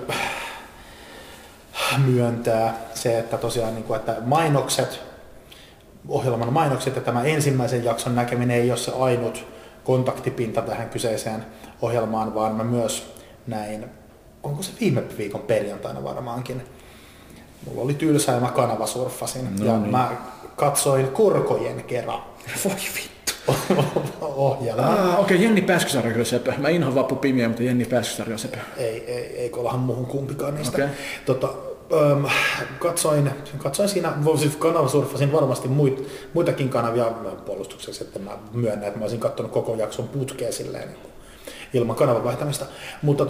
myöntää se, että tosiaan niin kuin, että ohjelman mainokset ja tämä ensimmäisen jakson näkeminen ei ole se ainut kontaktipinta tähän kyseiseen ohjelmaan, vaan mä myös näin, onko se viime viikon perjantaina varmaankin, mulla oli tylsää ja mä kanavasurffasin ja niin. Mä katsoin Korkojen kera. Voi vittu. Ohjelma. Okei, Jenni Pääskysarja on sepä. Mä inhoan Vappu Pimiä, mutta Jenni Pääskysarja on sepä. Ei ollahan muuhun kumpikaan niistä. Okay. Katsoin siinä, siis kanavasurffasin varmasti muitakin kanavia puolustukseksi, että mä myönnän, että mä olisin katsonut koko jakson putkeen silleen ilman kanavan vaihtamista, mutta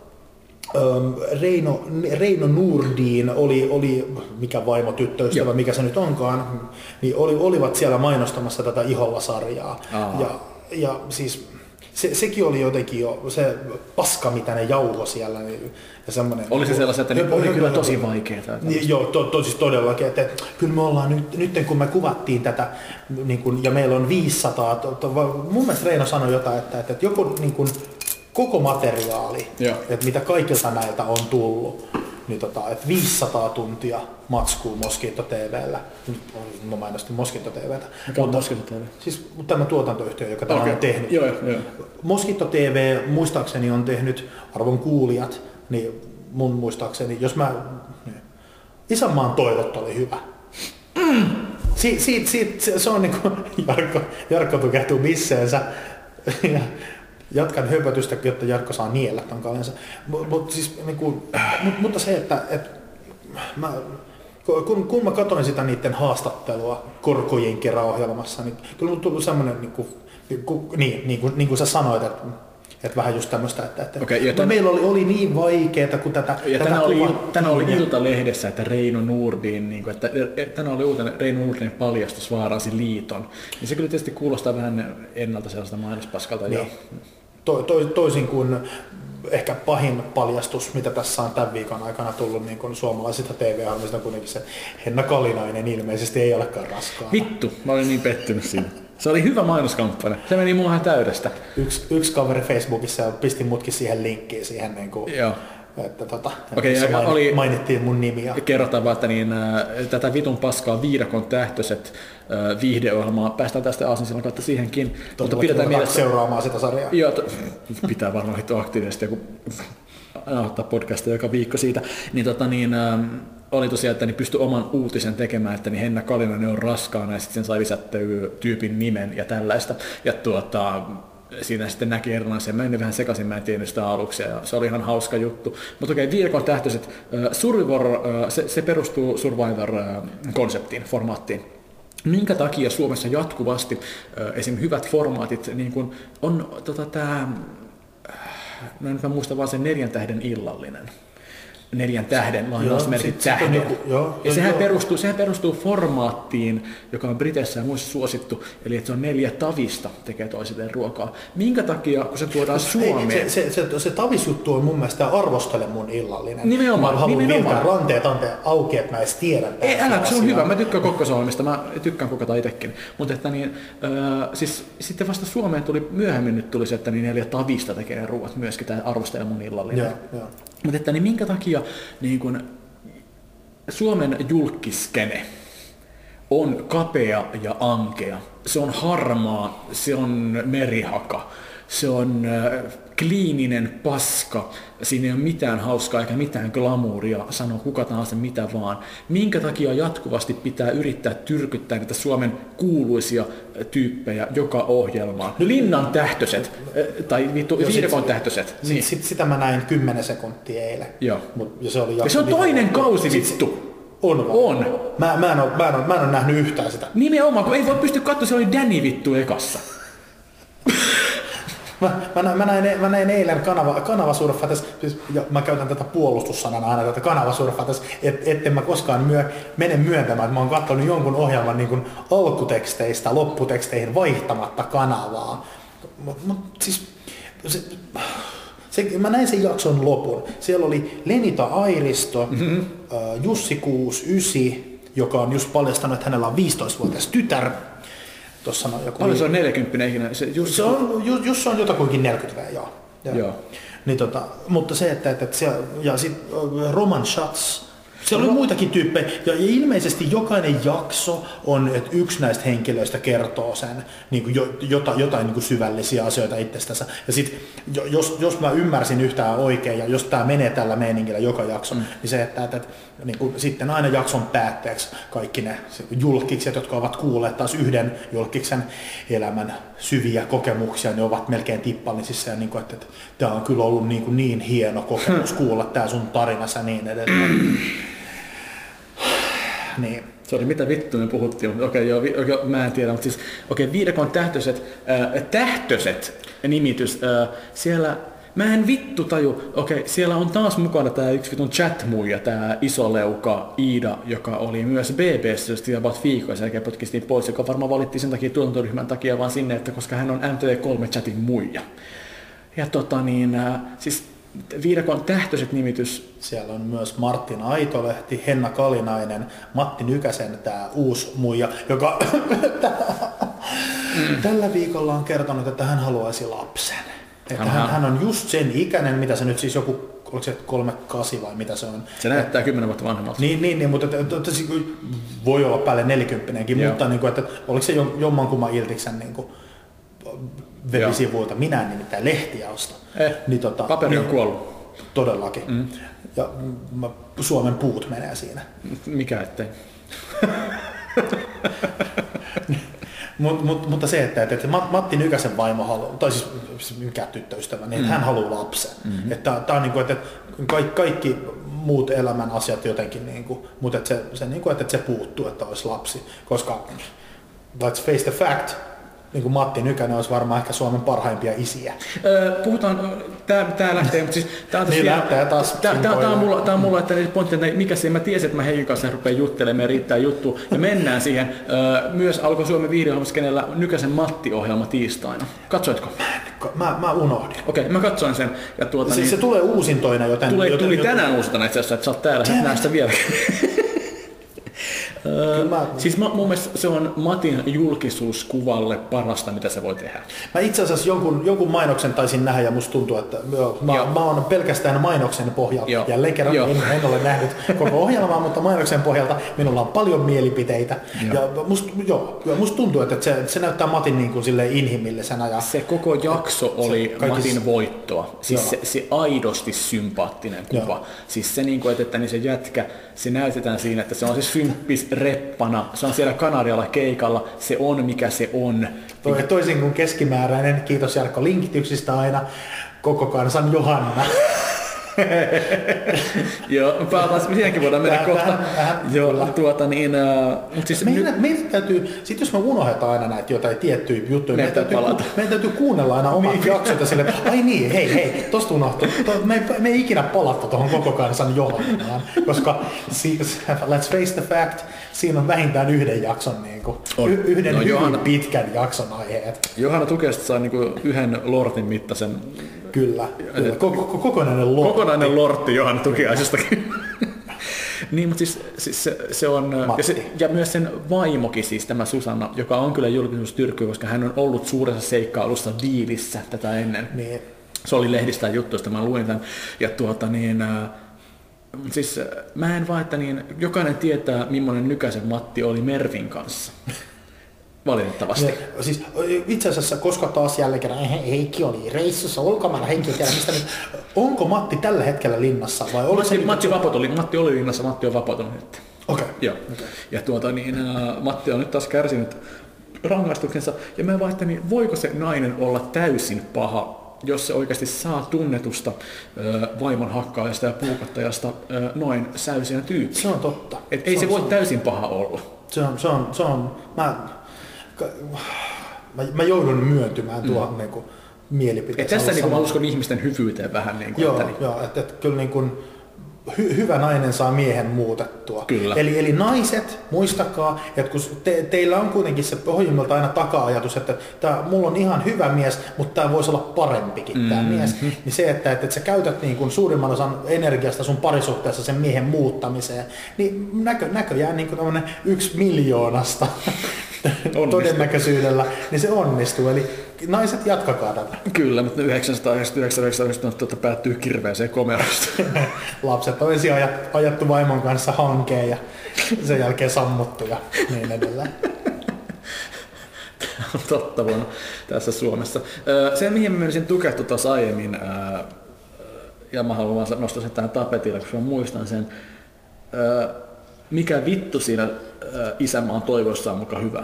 Reino Nordin oli mikä vaimo, tyttöystävä, mikä se nyt onkaan, niin olivat siellä mainostamassa tätä Iholla-sarjaa. Ja siis sekin oli jotenkin jo se paska, mitä ne jauhoi siellä. Ja semmoinen, oli se sellaista, että oli kyllä tosi vaikeaa. Joo, siis todellakin. Että kyllä me ollaan nyt kun me kuvattiin tätä, niin kun, ja meillä on 500, mun mielestä Reino sanoi jotain, että joku niin kun, koko materiaali, että mitä kaikilta näiltä on tullut, niin että 500 tuntia matskuu Mosquito TV:llä. Nyt mä mainostin Mosquito TV:tä. Mikä on Mosquito TV? Siis tämä tuotantoyhtiö, joka tämä on tehnyt. Joo. Mosquito TV muistaakseni on tehnyt, arvon kuulijat, niin mun muistaakseni, Isänmaan toivot oli hyvä. se on niinku Jarkko tukehtuu misseensä. Jatkan höpötystä, jotta Jarkko saa niellä tämän kalensa. Mutta se, että kun mä katsoin sitä niiden haastattelua Korkojen kerran-ohjelmassa, niin kyllä mun tuli semmoinen, niin kuin sä sanoit, että vähän just tämmöistä, että okay, meillä oli niin vaikeaa, kun tätä tänään oli Iltalehdessä, että Reino Nordin, niin kuin, että tänään oli uutinen Reino Nordin paljastus vaarasi liiton. Niin se kyllä tietysti kuulostaa vähän ennalta sellaista mainospaskalta. Niin. Toisin kuin ehkä pahin paljastus, mitä tässä on tämän viikon aikana tullut niin kuin suomalaisista TV-ohjelmista, on kuitenkin se Henna Kalinainen ilmeisesti ei olekaan raskaana. Vittu, mä olin niin pettynyt siinä. Se oli hyvä mainoskampanja. Se meni mulla ihan täydestä. Yksi kaveri Facebookissa pisti mutkin siihen linkkiin siihen niin kuin, että mainittiin mun nimi. Kerrotaan vaan, että tätä vitun paskaa Viidakon tähtöiset viihdeohjelmaa. Päästään tästä aasinsillan kautta siihenkin. Mutta pidetään mielessä seuraamaan sitä sarjaa. Joo, pitää varmaan hitto aktiivisesti joku ottaa podcastia joka viikko siitä. Oli tosiaan, että pystyi oman uutisen tekemään, että Henna Kalinainen on raskaana ja sitten sen sai lisättyä tyypin nimen ja tällaista. Ja siinä sitten näki erilaisia. Mä en vähän sekaisin, mä en tiennyt sitä aluksi ja se oli ihan hauska juttu. Mutta okei, Viidakon tähtöiset Survivor, se perustuu Survivor-konseptiin, formaattiin. Minkä takia Suomessa jatkuvasti esim. Hyvät formaatit niin kun on mä en muista vaan sen 4 tähden illallinen. 4 tähden lainausmerkit tähden. Ja sehän perustuu formaattiin, joka on Briteissä ja muissa suosittu, eli että se on 4 tavista tekee toisilleen ruokaa. Minkä takia, kun se tuodaan Suomeen? Se tavisjuttu on mun mielestä arvostele mun illallinen. Nimenomaan. Mä haluan vilkää ranteet auki, että mä edes tiedän. Ei, älä, se on hyvä. Mä tykkään kokkosohjelmista, mä tykkään kokata itsekin. Mutta siis sitten vasta Suomeen myöhemmin nyt tuli se, että 4 tavista tekee ruoat myöskin, tämä arvostele mun illallinen. Mutta minkä takia niin kun Suomen julkkiskene on kapea ja ankea, se on harmaa, se on merihaka, se on kliininen paska, siinä ei ole mitään hauskaa eikä mitään glamouria, sanoo kuka tahansa mitä vaan. Minkä takia jatkuvasti pitää yrittää tyrkyttää niitä Suomen kuuluisia tyyppejä joka ohjelmaan? Linnan tähtöiset, tai Viidakon tähtöset. Niin. Sitä mä näin 10 sekuntia eilen. Joo. Ja se oli ja se on toinen kausi vittu. On. Mä en ole nähnyt yhtään sitä. Nimenomaan, kun ei voi pystyä katsoa, se oli Danny vittu ekassa. Mä näin eilen kanavasurffates, ja mä käytän tätä puolustussanana aina tätä kanavasurffates, etten mä koskaan mene myöntämään, että mä oon katsonut jonkun ohjelman niin kuin alkuteksteistä lopputeksteihin vaihtamatta kanavaa. Mä näin sen jakson lopun. Siellä oli Lenita Airisto, Jussi 69, joka on just paljastanut, että hänellä on 15-vuotias tytär. Paljon se on 40 ikinä? Se on jotakuinkin 40 joo. Niin, mutta se, että siellä, ja sitten Roman Schatz, siellä oli muitakin tyyppejä, ja ilmeisesti jokainen jakso on, että yksi näistä henkilöistä kertoo sen niin kuin jotain niin kuin syvällisiä asioita itsestänsä. Ja sitten, jos mä ymmärsin yhtään oikein, ja jos tämä menee tällä meiningillä joka jakso, niin se, että niin kuin, sitten aina jakson päätteeksi kaikki ne julkkikset, jotka ovat kuulleet taas yhden julkkiksen elämän syviä kokemuksia, ne ovat melkein tippallisissa, ja niin kuin, että tämä on kyllä ollut niin hieno kokemus kuulla tämä sun tarinassa niin edelleen. Niin. Se oli mitä vittu me puhuttiin, mutta okei, mä en tiedä, mutta siis Viidakon tähtöset nimitys, siellä, mä en vittu taju, siellä on taas mukana tää yksi vitun chat-muija, tää isoleuka Iida, joka oli myös BB:ssä about viikkoa, sen jälkeen potkistiin pois, joka varmaan valittiin sen takia tuotantoryhmän takia vaan sinne, että koska hän on MTV3-chatin muija. Ja siis Viidakon tähtöiset nimitys. Siellä on myös Martin Aitolehti, Henna Kalinainen, Matti Nykäsen tämä uusi muija, joka tällä viikolla on kertonut, että hän haluaisi lapsen. Että hän on just sen ikäinen, mitä se nyt siis joku, oliko se 38 vai mitä se on? Se näyttää 10 vuotta vanhemmalta. Niin, mutta voi olla päälle 40-kin, mutta niin kuin, että oliko se jommankumman Iltiksen niin kuin web-sivuilta, minä en nimittäin lehtiä osta. Niin, paperi on kuollut. Todellakin. Ja Suomen puut menee siinä. Mikä ettei. Mutta se, että Matti Nykäsen vaimo haluaa, tai siis mikä tyttöystävä, niin hän haluaa lapsen. Että tää on niin kuin, että kaikki muut elämän asiat jotenkin, niin kuin, mutta että se puuttuu, että olisi lapsi. Koska, let's face the fact, niin kuin Matti Nykänen olisi varmaan ehkä Suomen parhaimpia isiä. Puhutaan, tää lähtee, mutta siis tää on niin lähtee taas. Tää on mulla, että pointti, että mikä se, mä tiesin, että mä Heikin kanssa rupean juttelemaan ja riittää juttu. Ja mennään siihen. Myös alkoi Suomen viihdeohjelmassa, kenellä Nykäsen Matti-ohjelma tiistaina. Katsoitko? Mä unohdin. Okei, mä katsoin sen. Ja se tulee uusintoina, joten... Tuli tänään uusintona itse asiassa, että sä oot täällä, et näe sitä vieläkin. Siis mun mielestä se on Matin julkisuuskuvalle parasta, mitä se voi tehdä. Mä itse asiassa jonkun mainoksen taisin nähdä ja musta tuntuu, että mä oon pelkästään mainoksen pohjalta. Jälleen kerran en ole nähnyt koko ohjelmaa, mutta mainoksen pohjalta minulla on paljon mielipiteitä. Ja musta tuntuu, että se näyttää Matin niin kuin silleen inhimillisenä. Ja se koko jakso oli Matin voittoa. Siis se aidosti sympaattinen kuva. Siis se, niin kuin, että niin se jätkä, se näytetään siinä, että se on siis symppis reppana, se on siellä Kanarialla keikalla, se on mikä se on. Toisin kuin keskimääräinen, kiitos Jarkko linkityksistä aina, koko kansan Johanna. Joo, siihenkin voidaan mennä kohta. Joo, siis meidän täytyy, sit jos me unohdetaan aina näitä jotain tiettyjä juttuja, meidän täytyy kuunnella aina omat jaksot ja silleen, ai niin, hei, tosta unohtuu. Me ei ikinä palattu tuohon koko kansan Johannaan, koska let's face the fact, siinä on vähintään yhden jakson, yhden hyvin pitkän jakson aiheet. Johanna Tukesta saa yhden lortin mittaisen. Kyllä. Kokonainen lortti. Kokonainen lortti Johanna Tukiaisestakin. Niin, mutta siis se on, ja myös sen vaimokin, siis tämä Susanna, joka on kyllä julkisuustyrkky, koska hän on ollut suuressa seikkailussa Diilissä tätä ennen. Niin. Se oli lehdistä juttuista, mä luin tämän. Ja siis mä en vaan, että jokainen tietää, millainen Nykäsen Matti oli Mervin kanssa. Valitettavasti. Siis itse asiassa, koska taas jälleen kerran Heikki oli reissussa ulkomailla, Heikki ei tiedä mistä nyt. Onko Matti tällä hetkellä linnassa? Vai Matti oli linnassa, Matti on vapautunut nyt. Okei. Joo. Ja Matti on nyt taas kärsinyt rangaistuksensa. Ja mä vaan, että voiko se nainen olla täysin paha, jos se oikeasti saa tunnetusta vaimon hakkaajasta ja puukottajasta noin säysiä tyyppi. Se on totta. Ei se voi täysin paha olla. Se on mä joudun myöntymään tuohon mielipiteeseen. Tässä mä uskon ihmisten hyvyyteen vähän. Että kyllä hyvä nainen saa miehen muutettua. Kyllä. Eli naiset, muistakaa, että kun teillä on kuitenkin se pohjimmilta aina taka-ajatus, että mulla on ihan hyvä mies, mutta tämä voisi olla parempikin tämä mies. Niin se, että sä käytät suurimman osan energiasta sun parisuhteessa sen miehen muuttamiseen, niin näköjään tämmöinen 1 miljoonasta todennäköisyydellä, niin se onnistuu. Eli naiset, jatkakaa tätä. Kyllä, mutta 999 päättyy kirveeseen komerosta. Lapset on ensin ajattu vaimon kanssa hankeen ja sen jälkeen sammuttu ja niin edelleen. Tämä on totta vuonna tässä Suomessa. Se, mihin mä menisin tukehtua tuossa aiemmin, ja mä haluan nostaa sen tähän tapetille, koska mä muistan sen, mikä vittu siinä isänmaan toivoissa on muka hyvä?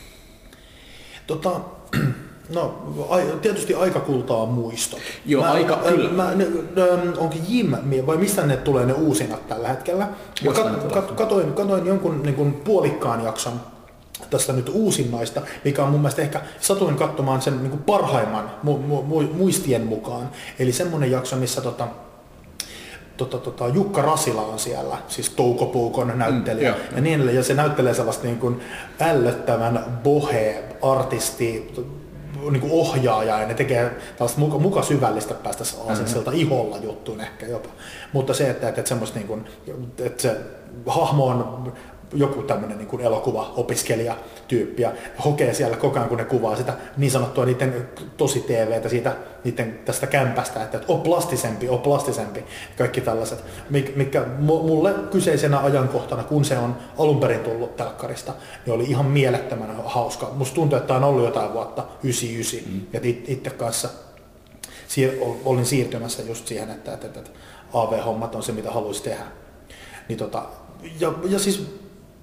No, tietysti aika kultaa muistot. Joo, kyllä. Onkin Jim, vai mistä ne tulee ne uusinat tällä hetkellä? Katoin jonkun puolikkaan jakson tästä nyt uusinnaista, mikä on mun mielestä ehkä, satuin katsomaan sen parhaimman muistien mukaan. Eli semmoinen jakso, missä Jukka Rasila on siellä, siis Touko Puukon näyttelijä, ja niin edelleen, ja se näyttelee sellaista ällöttävän bohe-artisti, ohjaaja, ja ne tekee tällaista muka syvällistä päästä sieltä iholla juttuun ehkä jopa. Mutta se, että semmoista että se hahmo on joku tämmöinen elokuva-opiskelija-tyyppi ja hokee siellä koko ajan, kun ne kuvaa sitä niin sanottua niiden tosi-TVtä siitä niiden tästä kämpästä, että on plastisempi, kaikki tällaiset, mikä mulle kyseisenä ajankohtana, kun se on alun perin tullut telkkarista, niin oli ihan mielettömän hauska. Musta tuntuu, että on ollut jotain vuotta 99, ja itse kanssa olin siirtymässä just siihen, että AV-hommat on se, mitä haluaisi tehdä. Niin ja siis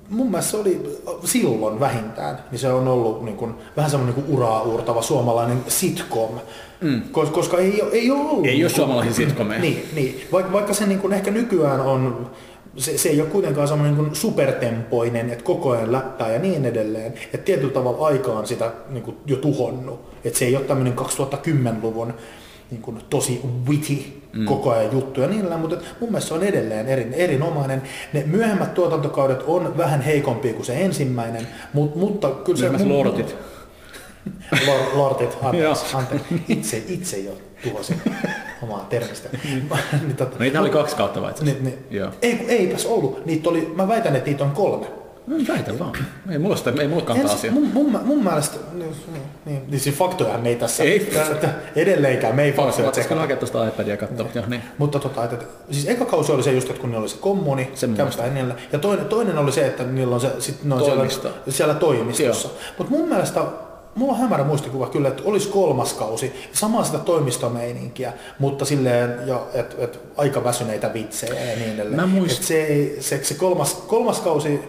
mun mielestä se oli silloin vähintään, niin se on ollut niin kuin, vähän semmoinen niin uraa uurtava suomalainen sitcom, koska ei ole ollut. Ei ole suomalaisia sitcomeja. Niin. Vaikka se niin kuin ehkä nykyään on, se ei ole kuitenkaan semmoinen niin kuin supertempoinen, että koko ajan läppää ja niin edelleen, että tietyllä tavalla aika on sitä niin kuin jo tuhonnut, että se ei ole tämmöinen 2010-luvun niin kuin tosi witty koko ajan juttu ja niin edelleen, mutta mun mielestä se on edelleen erinomainen. Ne myöhemmät tuotantokaudet on vähän heikompia kuin se ensimmäinen, mutta kyllä se... Lortit. Lortit, anteeksi. Itse jo tuhosin omaa termistä. Niitä oli 2 kautta vai itse asiassa? Eipäs ollut. Mä väitän, että niitä on 3. Väitän vaan. Ei mulla kantaa asiaa. Mun mielestä, niin siis faktojahan me ei tässä edelleenkään, me ei faktoja. Voitaisiko hakea tuosta iPadia katsoa. Niin. Mutta siis eka kausi oli se just, että kun niillä oli se kommuni, ja toinen oli se, että niillä on siellä toimistossa. Mutta mun mielestä, mulla on hämärä muistikuva kyllä, että olisi 3. kausi, samaa sitä toimistomeininkiä, mutta silleen, että aika väsyneitä vitsejä ja niin edelleen. Se 3. kausi,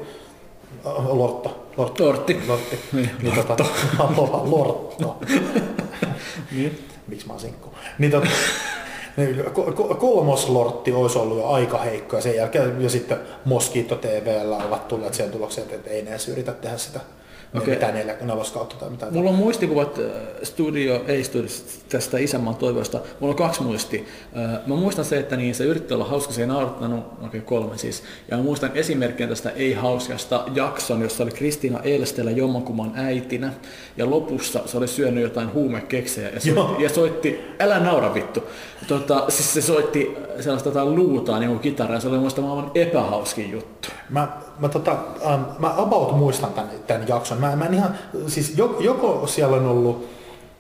Lortti. Miksi mä oon sinkku? Kolmoslortti olisi ollut jo aika heikko ja sen jälkeen ja sitten Mosquito TV:llä ovat tulleet siihen tulokseen, että ei ne edes yritä tehdä sitä. Mitään 4 kautta tai mitään. Mulla on muistikuvat tästä Isänmaan toivosta. Mulla on 2 muistia. Mä muistan se, että niin se yritti olla hauska, se ei naurattanut, 3 siis. Ja mä muistan esimerkkinä tästä ei-hauskasta jakson, jossa oli Kristiina Eelstelä jommankumman äitinä. Ja lopussa se oli syönyt jotain huumekeksejä ja soitti, älä naura vittu. Siis se soitti sellaista luutaa niin kuin kitaraa ja se oli muista maailman epähauskin juttu. Mä about muistan tämän jakson. Mä en ihan, siis joko siellä on ollut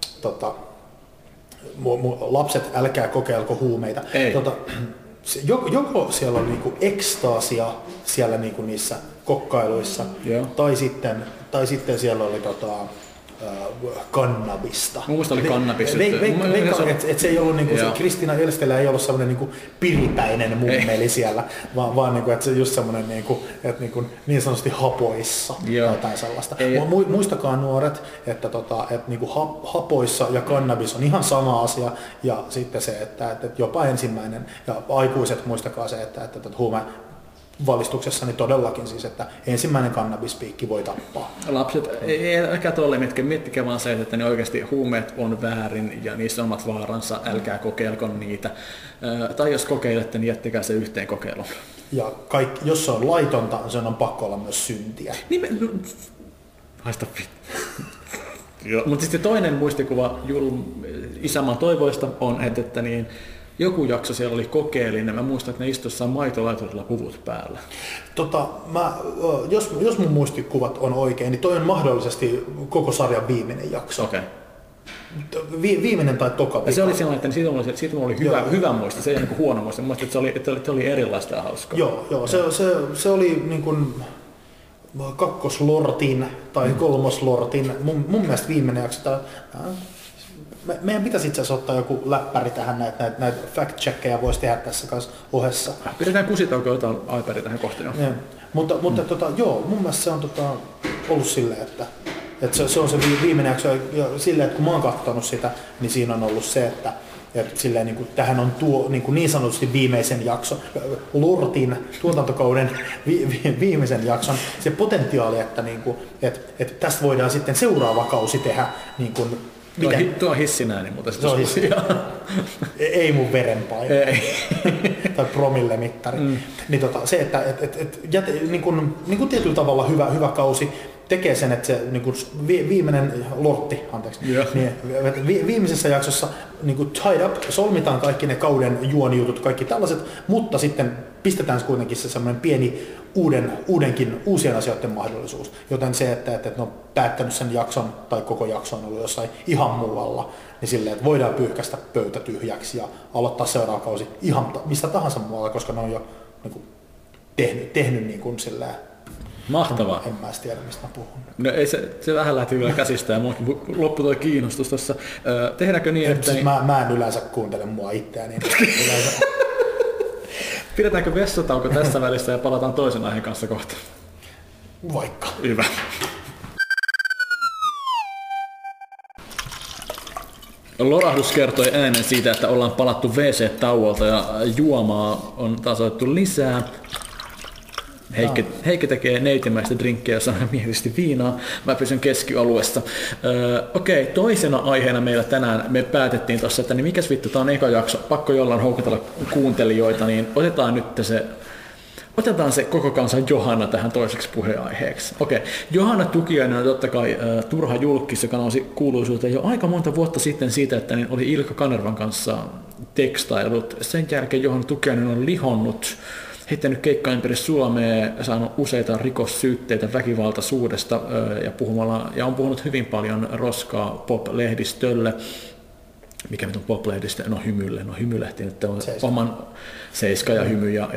lapset älkää kokeilko huumeita. Joko siellä on niinku ekstaasia siellä niinku niissä kokkailuissa tai sitten siellä oli kannabista. Mun mielestä oli kannabis. Se ei ollut niinku, Kristiina Elstelä ei ollut sellainen niinku piripäinen mummeli siellä, vaan niinku, että se just sellainen niinku, että niinku, niin sanotusti hapoissa tai jotain sellaista. Muistakaa nuoret, että niinku hapoissa ja kannabis on ihan sama asia ja sitten se, että jopa ensimmäinen ja aikuiset muistakaa se, että huumevalistuksessa niin todellakin siis, että ensimmäinen kannabispiikki voi tappaa. Lapset, älkää tolle miettikää vaan se, että ne oikeasti huumeet on väärin ja niissä on omat vaaransa, älkää kokeilko niitä. Tai jos kokeilette, niin jättikää se yhteen kokeiluun. Ja jos se on laitonta, sen on pakko olla myös syntiä. Haista mutta sitten toinen muistikuva Isänmaan toivoista on, että niin, joku jakso siellä oli kokeellinen. Mä muistan, että ne istuivat jossain maitolaiturilla puvut päällä. Jos mun muistikuvat on oikein, niin toi on mahdollisesti koko sarjan viimeinen jakso. Okay. Viimeinen tai toka. Ja se oli sellainen, että siitä oli hyvä muista, se ei niin huono muista. Muistin, että se oli erilaista ja hauskaa. Joo. Se oli niin kuin kakkoslortin tai kolmoslortin. Mun mielestä viimeinen jakso. Meidän pitäisi itse asiassa ottaa joku läppäri tähän, näitä fact-checkkejä voisi tehdä tässä kanssa ohessa. Pidetään kusitauko jotain iPadia tähän kohtaan. Mutta mun mielestä se on ollut silleen, että se on se viimeinen jakso, ja silleen, että kun mä oon katsonut sitä, niin siinä on ollut se, että silleen, niin kuin, tähän on niin sanotusti viimeisen jakson, Lortin tuotantokauden viimeisen jakson, se potentiaali, että tästä voidaan sitten seuraava kausi tehdä niin kuin, tuo on hissinääni, mutta se on ei mun verenpaine. Tai promillemittari. Niin se, että niin kuin tietyllä tavalla hyvä kausi tekee sen, että se niin kuin viimeinen Lortti, niin viimeisessä jaksossa niin kuin tied up, solmitaan kaikki ne kauden juonijutut, kaikki tällaiset, mutta sitten pistetään kuitenkin se semmoinen pieni uusien asioiden mahdollisuus. Joten se, että ne on päättänyt sen jakson tai koko jakson on ollut jossain ihan muualla, niin silleen, että voidaan pyyhkäistä pöytä tyhjäksi ja aloittaa seuraava kausi ihan mistä tahansa muualla, koska ne on jo niin kuin, tehnyt niin kuin silleen. Mahtavaa. En mä tiedä, mistä mä puhun. No ei se vähän lähti kyllä käsistä ja loppui tuo kiinnostus tuossa. Tehdäänkö niin, että... Siis mä en yleensä kuuntele mua itseäni. Pidetäänkö vessatauko tässä välissä ja palataan toisen aiheen kanssa kohta? Vaikka. Hyvä. Lorahdus kertoi äänen siitä, että ollaan palattu WC-tauolta ja juomaa on taas otettu lisää. Heikki tekee neitimäistä drinkkejä, jossa on miehisesti viinaa. Mä pysyn keskialueessa. Okei, toisena aiheena meillä tänään me päätettiin tuossa, että niin mikäs vittu, tää on eka jakso, pakko jollain houkutella kuuntelijoita, niin otetaan se koko kansan Johanna tähän toiseksi puheenaiheeksi. Okei, Johanna Tukiainen on totta kai turha julkis, joka nousi kuuluisuuteen jo aika monta vuotta sitten siitä, että niin oli Ilkka Kanervan kanssa tekstailut. Sen jälkeen Johanna Tukiainen on lihonnut, heittänyt keikkaa ympäri Suomea, saanut useita rikossyytteitä väkivaltaisuudesta ja on puhunut hyvin paljon roskaa pop-lehdistölle. Mikä nyt on pop-lehdistö? No Hymylle. No Hymylehti nyt on oman Seiska ja Hymy ja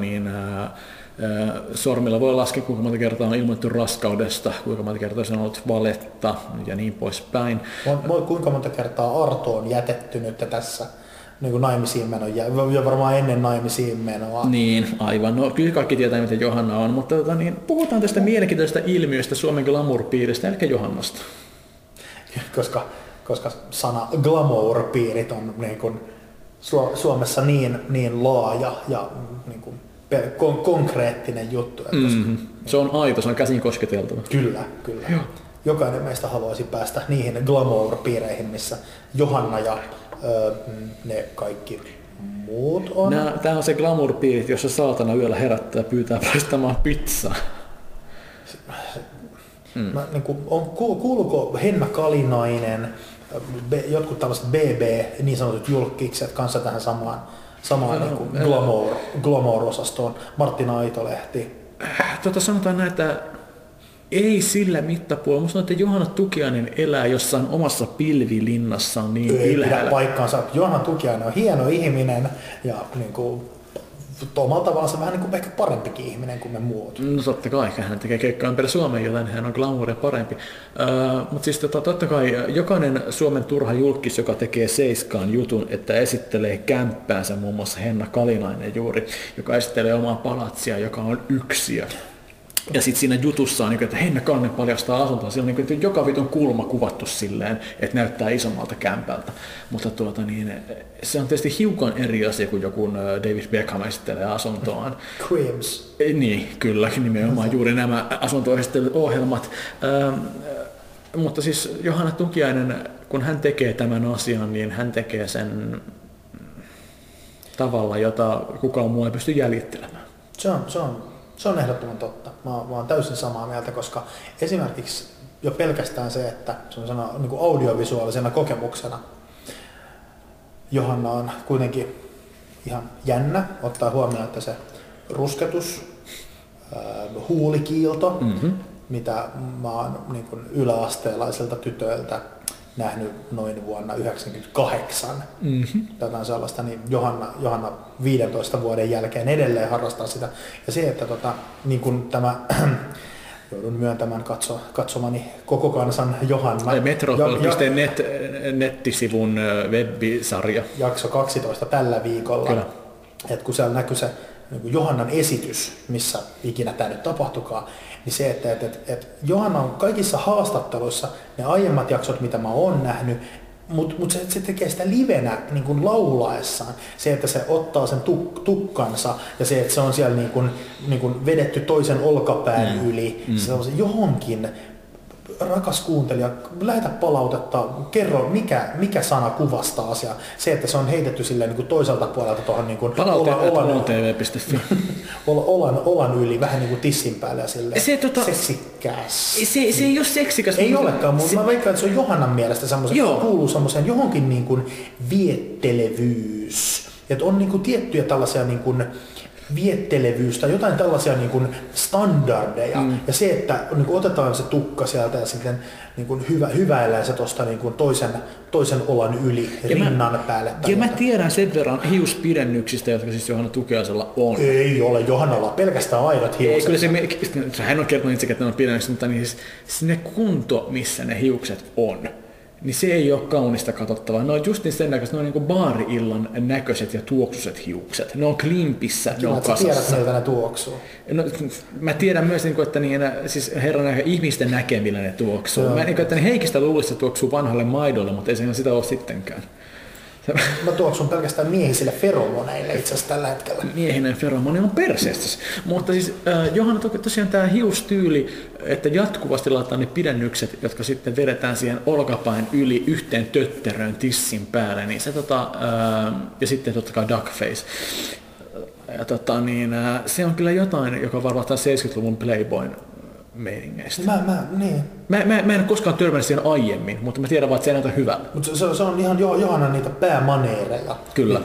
sormilla voi laskea, kuinka monta kertaa on ilmoitettu raskaudesta, kuinka monta kertaa se on ollut valetta ja niin poispäin. Kuinka monta kertaa Arto on jätetty nyt tässä niin kuin naimisiin menon ja varmaan ennen naimisiin menoa. Niin, aivan. No kyllä kaikki tietää, miten Johanna on, mutta puhutaan tästä mielenkiintoisesta ilmiöstä Suomen glamour-piiristä, eli Johannasta. Koska sana glamour-piirit on niin kuin Suomessa niin laaja ja niin kuin konkreettinen juttu. Se on aito, se on käsin kosketeltava. Kyllä. Joo. Jokainen meistä haluaisi päästä niihin glamour-piireihin, missä Johanna ja ne kaikki muut on. Tämä on se glamour-piirit, jossa saatana yöllä herättää ja pyytää paistamaan pizzaa. Kuuluuko Henna Kalinainen, jotkut tällaiset BB, niin sanotut julkkikset kanssa tähän samaan niin glamour-osastoon, Martina Aitolehti? Sanotaan näin, että ei sillä mittapuolella. Musta että Johanna Tukiainen elää jossain omassa pilvilinnassaan niin ylhäällä. Ei pidä paikkaansa. Johanna Tukiainen on hieno ihminen ja niin kuin, omalla tavallaan vähän niin kuin ehkä parempikin ihminen kuin me muut. No totta kai, hän tekee keikkaa ympäri Suomeen, joten hän on glamouria parempi. Mutta siis totta kai jokainen Suomen turha julkis, joka tekee Seiskaan jutun, että esittelee kämppäänsä, muun muassa Henna Kalinainen juuri, joka esittelee omaa palatsia, joka on yksiö. Ja sitten siinä jutussa on, että Henna Kalinainen paljastaa asuntoa. Siellä on joka vitun kulma kuvattu silleen, että näyttää isommalta kämpältä. Mutta se on tietysti hiukan eri asia, kun joku David Beckham esittelee asuntoaan. Cribs. Niin, kyllä, nimenomaan juuri nämä asuntoesittelyt-ohjelmat. Mutta siis Johanna Tukiainen, kun hän tekee tämän asian, niin hän tekee sen tavalla, jota kukaan muu ei pysty jäljittelemään. Se on ehdottoman totta. Mä oon täysin samaa mieltä, koska esimerkiksi jo pelkästään se, että se on niin kuin audiovisuaalisena kokemuksena Johanna on kuitenkin ihan jännä, ottaa huomioon, että se rusketus, huulikiilto, mitä mä oon niin kuin yläasteelaisilta tytöiltä nähnyt noin vuonna 1998. Tätä on sellaista, niin Johanna 15 vuoden jälkeen edelleen harrastaa sitä. Ja se, että niin kuin tämä, joudun myöntämään katsomani koko kansan Johanna. Metro.net nettisivun web-sarja. Jakso 12 tällä viikolla. Kyllä. Et kun siellä näkyy se niin kuin Johannan esitys, missä ikinä tämä nyt tapahtukaan, niin se, että Johanna on kaikissa haastatteluissa, ne aiemmat jaksot, mitä mä oon nähnyt, mutta se tekee sitä livenä niin kuin laulaessaan. Se, että se ottaa sen tukkansa ja se, että se on siellä niin kuin vedetty toisen olkapään yli, se on se johonkin. Rakas kuuntelija, lähetä palautetta, kerro mikä sana kuvastaa asiaa. Se, että se on heitetty silleen niin kuin toiselta puolelta tuohon niin kuin olan yli, vähän niin kuin tissin päälle ja silleen seksikäs. Se ei ole seksikäs. Ei olekaan, mutta mä veikkaan, että se on Johannan mielestä kuuluu semmoiseen johonkin niin kuin viettelevyys. Että on niin kuin tiettyjä tällaisia niin kuin viettelevyys tai jotain tällaisia niin kuin standardeja. Ja se, että niin kuin otetaan se tukka sieltä ja sitten niin kuin hyväillään se tuosta niin kuin toisen olan yli rinnan päälle. Ja mä tiedän sen verran hiuspidennyksistä, jotka siis Johanna Tukiaisella on. Ei ole, Johannalla on pelkästään aidot hiukset. Ei, kyllä hän on kertonut itsekin, että ne on pidennykset, mutta niin siis ne kunto, missä ne hiukset on, niin se ei ole kaunista katsottavaa. Ne on just niin sen näköiset, ne on niin kuin baari-illan näköiset ja tuoksuiset hiukset. Ne on klimpissä, ne on kasassa. Tiedät, miltä ne tuoksuu. No, mä tiedän myös, että siis herran ihmisten näkemillä ne tuoksuu. Mä että Heikistä luulisi, että tuoksuu vanhalle maidolle, mutta ei se sitä ole sittenkään. Mä tuoksun pelkästään miehisille feromoneille itse asiassa tällä hetkellä. Miehinen feromoni on perseestä. Mutta siis Johanna, tosiaan tämä hiustyyli, että jatkuvasti laitetaan ne pidennykset, jotka sitten vedetään siihen olkapäin yli yhteen tötteröön tissin päälle, niin se ja sitten totta kai duckface. Ja se on kyllä jotain, joka varmaan 70-luvun Playboyn meiningeistä. Niin. Mä en ole koskaan törmännyt siihen aiemmin, mutta mä tiedän vaan, että se ei näytä hyvältä. Mutta se on ihan Johanna niitä päämaneereja. Kyllä.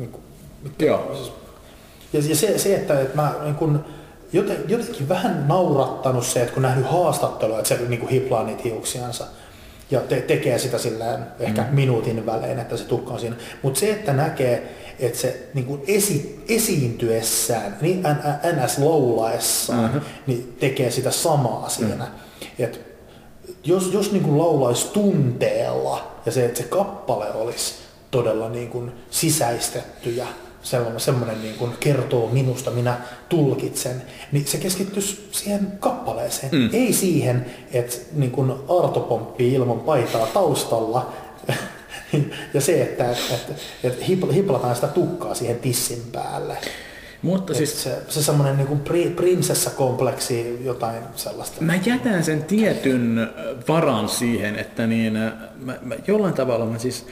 Joo. Ja se, että mä niin kun, jotenkin vähän naurattanut se, että kun nähnyt haastattelua, että se niin kun hiplaa niitä hiuksiansa ja tekee sitä silleen ehkä minuutin välein, että se tukka on siinä. Mutta se, että näkee, että se niin kuin esiintyessään, niin NS-laulaessaan, niin tekee sitä samaa siinä. Et jos niin kuin laulaisi tunteella ja se, että se kappale olisi todella niin kuin sisäistetty ja semmoinen niin kuin kertoo minusta, minä tulkitsen, niin se keskittyisi siihen kappaleeseen, ei siihen, että niin kuin Arto pomppii ilman paitaa taustalla. Ja se, että hiplataan sitä tukkaa siihen tissin päälle. Mutta siis se semmoinen niin kuin prinsessakompleksi, jotain sellaista. Mä jätän sen tietyn varan siihen, että mä jollain tavalla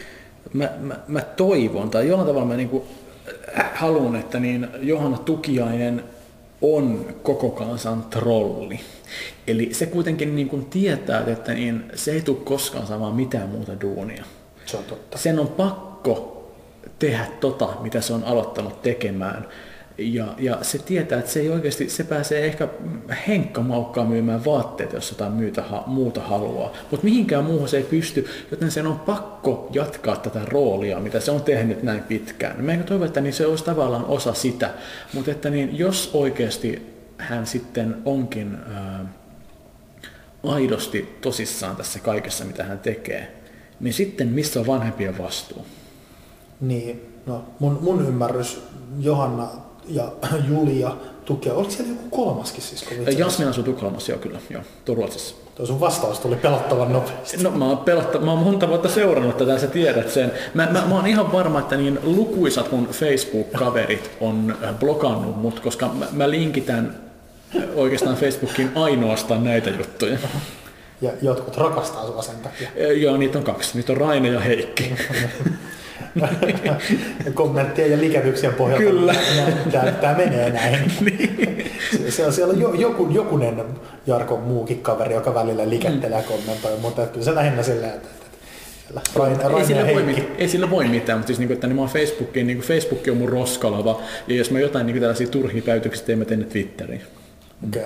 mä toivon, tai jollain tavalla mä niinku haluan, että Johanna Tukiainen on koko kansan trolli. Eli se kuitenkin niin kuin tietää, että se ei tule koskaan saamaan mitään muuta duunia. Se on totta. Sen on pakko tehdä mitä se on aloittanut tekemään. Ja se tietää, että se ei oikeasti, se pääsee ehkä henkkamaukkaan myymään vaatteita, jos jotain muuta haluaa. Mutta mihinkään muuhun se ei pysty, joten sen on pakko jatkaa tätä roolia, mitä se on tehnyt näin pitkään. Mä toivon, että se olisi tavallaan osa sitä, mutta että jos oikeasti hän sitten onkin aidosti tosissaan tässä kaikessa, mitä hän tekee, niin sitten missä on vanhempien vastuu? Niin, no mun ymmärrys Johanna ja Julia Tukea, oliko siellä joku kolmaskin siis? Jasmin asuu Tukholmassa, joo kyllä, joo, Ruotsissa. Tuo sun vastaus tuli pelottavan nopeasti. No mä oon monta vuotta seurannut tätä, sä tiedät sen. Mä oon ihan varma, että lukuisat mun Facebook-kaverit on blokannut mut, koska mä linkitän oikeastaan Facebookiin ainoastaan näitä juttuja. Ja jotkut rakastaa sua sen takia. Joo, niitä on 2. Niitä on Raine ja Heikki. Kommenttien ja likätyksien pohjalta. Kyllä. Tämä menee näin. Niin. Siellä on jokunen Jarkon muukin kaveri, joka välillä likättelee ja kommentoi, mutta kyllä se lähinnä silleen, että ei sillä voi mitään, mutta siis, että mä oon Facebookiin, Facebook on mun roskalava, ja jos mä jotain tällaisia turhia päivityksiä teen, mä teen ne Twitteriin. Okei.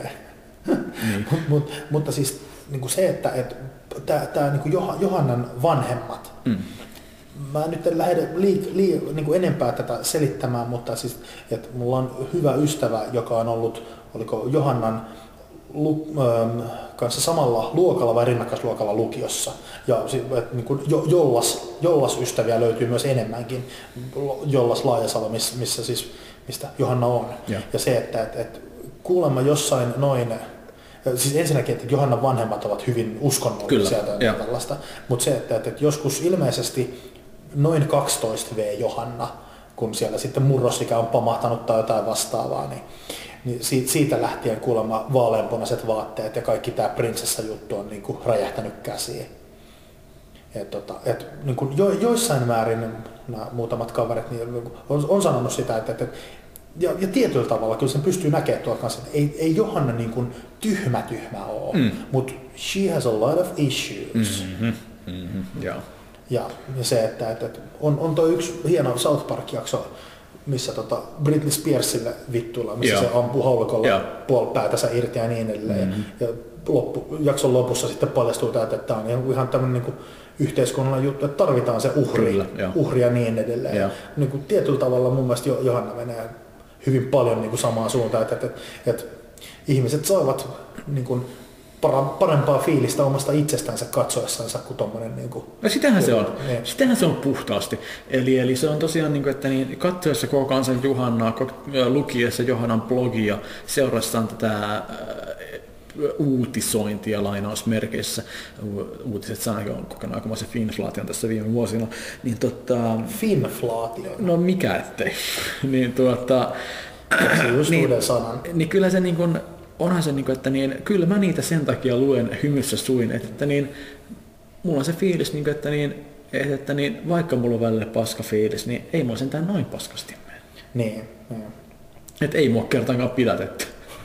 Mutta siis se, että tämä Johannan vanhemmat, mä nyt en lähde enempää tätä selittämään, mutta siis, että mulla on hyvä ystävä, joka on ollut, oliko Johannan kanssa samalla luokalla vai rinnakkaisluokalla lukiossa. Ja jollas ystäviä löytyy myös enemmänkin. Jollas Laajasalo, mistä Johanna on. Ja se, että kuulemma jossain noin, siis ensinnäkin, että Johannan vanhemmat ovat hyvin uskonnollisia ja tällaista, mutta se, että joskus ilmeisesti noin 12V Johanna, kun siellä sitten murrosikä on pamahtanut tai jotain vastaavaa, niin siitä lähtien kuulemma vaaleanpunaiset vaatteet ja kaikki tämä prinsessa-juttu on niin kuin räjähtänyt käsiin. Niin kuin joissain määrin nämä muutamat kaverit niin on sanonut sitä, että ja tietyllä tavalla kyllä sen pystyy näkemään tuolla kanssa, että ei Johanna niin kuin tyhmä ole, mutta she has a lot of issues. Ja se, että on tuo yksi hieno South Park-jakso, missä Britney Spearsille vittuilla, missä se ampuu haulikolla puolipäätänsä irti ja niin edelleen. Ja jakson lopussa sitten paljastuu, että tämä on ihan tämmöinen niin yhteiskunnallinen juttu, että tarvitaan se uhri ja niin edelleen. Niin kuin tietyllä tavalla mun mielestä Johanna menee hyvin paljon niin kuin samaan suuntaan, että ihmiset saavat niin kuin parempaa fiilistä omasta itsestänsä katsoessansa kuin tommonen niinku. No sitähän se on. Niin. Sitähän se on puhtaasti. Eli se on tosiaan niinku, että niin katsoessa koko kansan Johannaa, lukiessa Johannan blogia, seurassaan tätä uutisointia lainausmerkeissä. Uutiset sanakin on kokonaan aikamoisen finflaation tässä viime vuosina. Niin finflaatio? No mikä ettei. niin se just uuden sanan. Niin kyllä se niin kuin, onhan se, että niin, kyllä mä niitä sen takia luen hymyssä suin, että niin, mulla on se fiilis, että vaikka mulla on välillä paska fiilis, niin ei mulla sentään noin paskasti mene. Niin. Että ei mua kertaankaan pidätetty.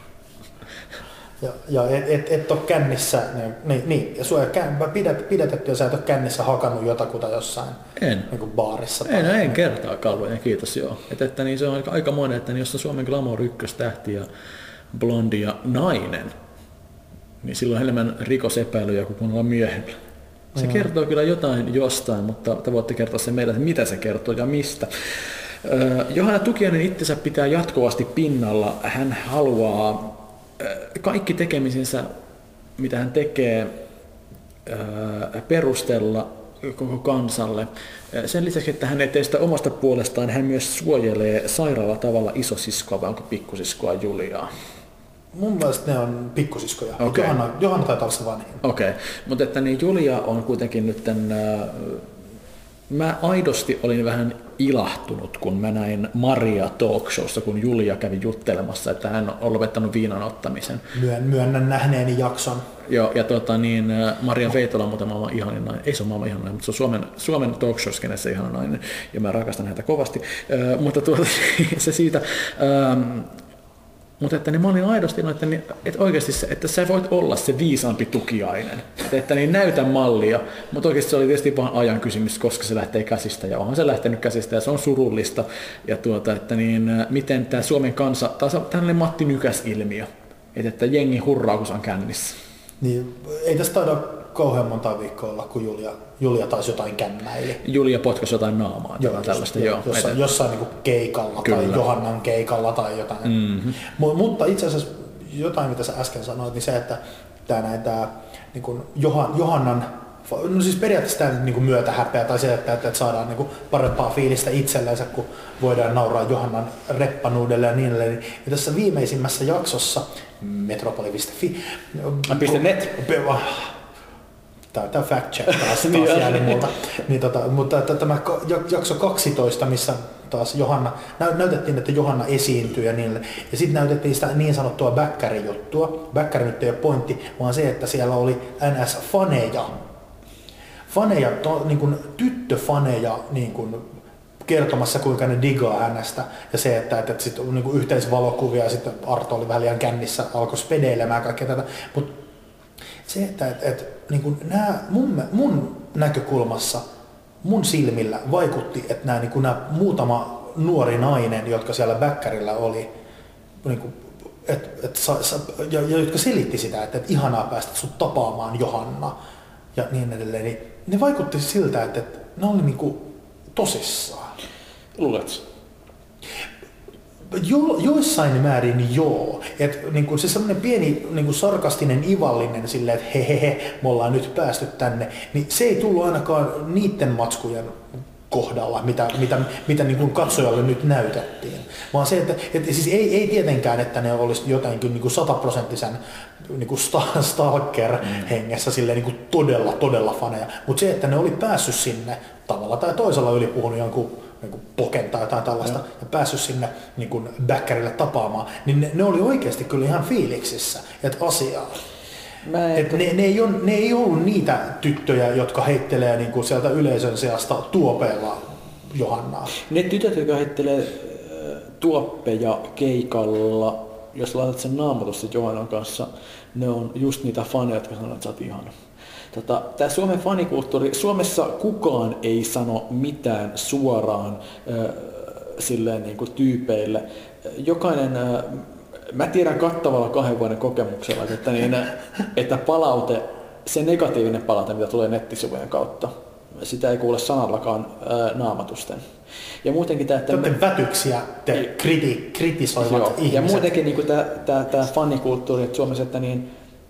Ja et ole kännissä, niin ja sua pidätetty ja sä et ole kännissä hakannut jotakuta jossain niin baarissa. En kertaakaan luen, kiitos joo. Että niin se on aika monen, että jos on Suomen Glamour ykköstähti ja blondi ja nainen, niin silloin on enemmän rikosepäilyjä kuin monella miehellä. Se kertoo kyllä jotain jostain, mutta te voitte kertoa sen meille, että mitä se kertoo ja mistä. Johanna Tukiainen itsensä pitää jatkuvasti pinnalla. Hän haluaa kaikki tekemisinsä, mitä hän tekee, perustella koko kansalle. Sen lisäksi, että hän ei tee sitä omasta puolestaan, hän myös suojelee sairaalla tavalla isosiskoa vai onko pikkusiskoa Juliaa. Mun mielestä ne on pikkusiskoja. Okay. Johanna taitaa olla se vanhin. Okei, mutta että niin Julia on kuitenkin nyt mä aidosti olin vähän ilahtunut, kun mä näin Maria talkshowssa, kun Julia kävi juttelemassa, että hän on lopettanut viinan ottamisen. Myönnän nähneeni jakson. Joo, ja Maria Veitola on muuten maailman ihanin nainen. Ei se ole maailman ihanin nainen, mutta se on Suomen talkshow-skenessä ihana nainen, ja mä rakastan häntä kovasti. Mutta se siitä. Mutta että mä olin aidosti, että oikeasti että sä voit olla se viisaampi Tukiainen. Että niin näytä mallia, mutta oikeasti se oli tietysti vain ajan kysymys, koska se lähtee käsistä. Ja onhan se lähtenyt käsistä ja se on surullista. Ja että niin, miten tämä Suomen kansa, taas on tällainen Matti Nykäs-ilmiö, että jengi hurraa, kun se on kännissä. Niin, ei tästä taida kauhean monta viikkoa olla, kun Julia taisi jotain kämmäili. Julia potkasi jotain naamaa. Tällaista, jossain niin kuin keikalla kyllä. Tai Johannan keikalla tai jotain. Mm-hmm. Mutta itse asiassa jotain, mitä sä äsken sanoit, niin se, että tämä niin kuin Johannan, no siis periaatteessa tämä niin kuin myötähäpeä tai se, että saadaan niin kuin parempaa fiilistä itsellensä, kun voidaan nauraa Johannan reppanuudelle ja niin edelleen. Ja tässä viimeisimmässä jaksossa, metropoli.fi, .net. Tämä fact check taas jäänyt multa. Mutta tämä jakso 12, missä taas Johanna, näytettiin, että Johanna esiintyy ja niin. Ja sitten näytettiin sitä niin sanottua bäkkärijuttua. Bäkkäri nyt ei ole pointti, vaan se, että siellä oli NS-faneja. Niin kuin tyttöfaneja niin kuin kertomassa, kuinka ne digaa hänestä. Ja se, että sitten on niin kuin yhteisvalokuvia ja sitten Arto oli vähän liian kännissä, alkoi spedeilemään kaikkea tätä. Mut se, että niin kuin mun näkökulmassa, mun silmillä vaikutti, että nämä muutama nuori nainen, jotka siellä bäkkärillä oli, niin kuin, ja jotka selitti sitä, että ihanaa päästä sut tapaamaan Johanna ja niin edelleen, niin ne vaikutti siltä, että ne oli niin kuin tosissaan. Luuletko? Joissain määrin joo. Niin se semmoinen pieni niin sarkastinen ivallinen silleen, että hehehe, me ollaan nyt päästy tänne, niin se ei tullut ainakaan niiden matskujen kohdalla, mitä niin kuin katsojalle nyt näytettiin. Vaan se, että siis ei tietenkään, että ne olisi jotenkin niin 100% niin stalker-hengessä silleen, niin kuin todella faneja. Mutta se, että ne oli päässyt sinne tavalla tai toisella ylipuhunut jonkun poken tai jotain tällaista ja päässyt sinne niin bäkkärille tapaamaan, niin ne oli oikeasti kyllä ihan fiiliksissä, että asiaa. Ne ei ollut niitä tyttöjä, jotka heittelee niin kuin sieltä yleisön seasta tuopeilla Johannaa. Ne tytöt, jotka heittelee tuoppeja keikalla, jos laitat sen naamatusti Johannan kanssa, ne on just niitä faneja, jotka sanoo, että sä oot ihana. Tämä Suomen fanikulttuuri, Suomessa kukaan ei sano mitään suoraan silleen niin kuin tyypeille. Jokainen, mä tiedän kattavalla 2 vuoden kokemuksella, että palaute, se negatiivinen palaute, mitä tulee nettisivujen kautta, sitä ei kuule sanallakaan naamatusten. Ja muutenkin tämä vätyksiä te kritisoivat ihmiset. Ja muutenkin niin tämä fanikulttuuri, että Suomessa, että niin,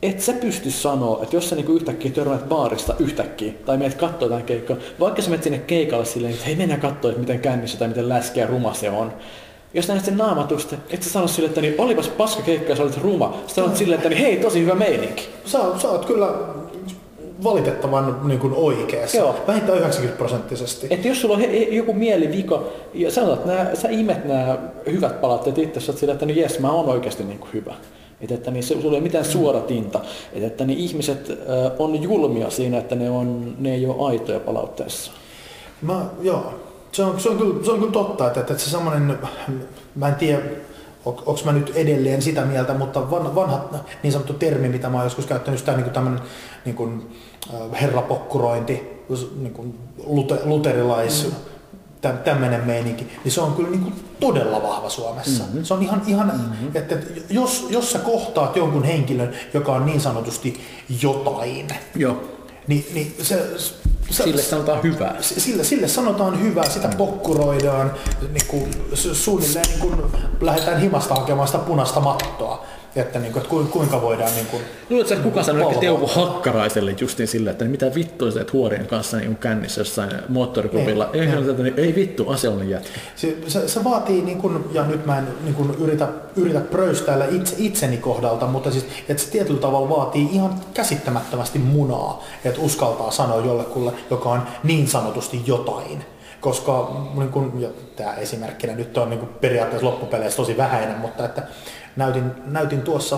et sä pysty sanoa, että jos sä niinku yhtäkkiä törmäät baarista yhtäkkiä, tai meet kattoo tämän keikkaa, vaikka sä menet sinne keikalle silleen, että hei mennään kattoo, että miten kännissä tai miten läskeä ruma se on. Jos näet sen naamatusta, et sä sano silleen, että niin, olipas paska keikka ja sä olit ruma. Sä sanot silleen, että niin, hei tosi hyvä meininki. Sä oot kyllä valitettavan niin kuin oikeassa. Joo. Vähintään 90%. Että jos sulla on joku mielivika ja sanotaan, että sä imet nämä hyvät palautteet itse, sä oot silleen, että niin jes, mä oon oikeasti niin kuin hyvä. Että niin sulla ei ole mitään suoratinta. Että niin ihmiset on julmia siinä, että ne ei ole aitoja palautteessa. Joo. Se on kyllä totta, että se semmoinen, mä en tiedä, onko mä nyt edelleen sitä mieltä, mutta vanha niin sanottu termi, mitä mä oon joskus käyttänyt, sitä niin kuin tämmöinen niin kuin herrapokkurointi, niin kuin luterilais, tämmöinen meininki, niin se on kyllä niin kuin todella vahva Suomessa. Mm-hmm. Se on ihan että jos sä kohtaat jonkun henkilön, joka on niin sanotusti jotain, joo. Niin sille sanotaan hyvää. Sille sanotaan hyvää, sitä pokkuroidaan, niin kuin, suunnilleen niin kuin lähdetään himasta hakemaan sitä punaista mattoa. Että, niin kuin, että kuinka voidaan... Niin kuin, luuletko, että kukaan sanoo Teuvo Hakkaraiselle justiin sillä, että mitä vittua sä teet huorien kanssa niin kännissä jossain moottoriklubilla? Ei vittu, aseellinen jätkä. Se vaatii, niin kuin, ja nyt mä en niin kuin, yritä pröystäillä itseni kohdalta, mutta siis, että se tietyllä tavalla vaatii ihan käsittämättömästi munaa, että uskaltaa sanoa jollekulle, joka on niin sanotusti jotain. Koska, niin kuin, ja tämä esimerkkinä nyt on niin kuin, periaatteessa loppupeleissä tosi vähäinen, mutta että näytin tuossa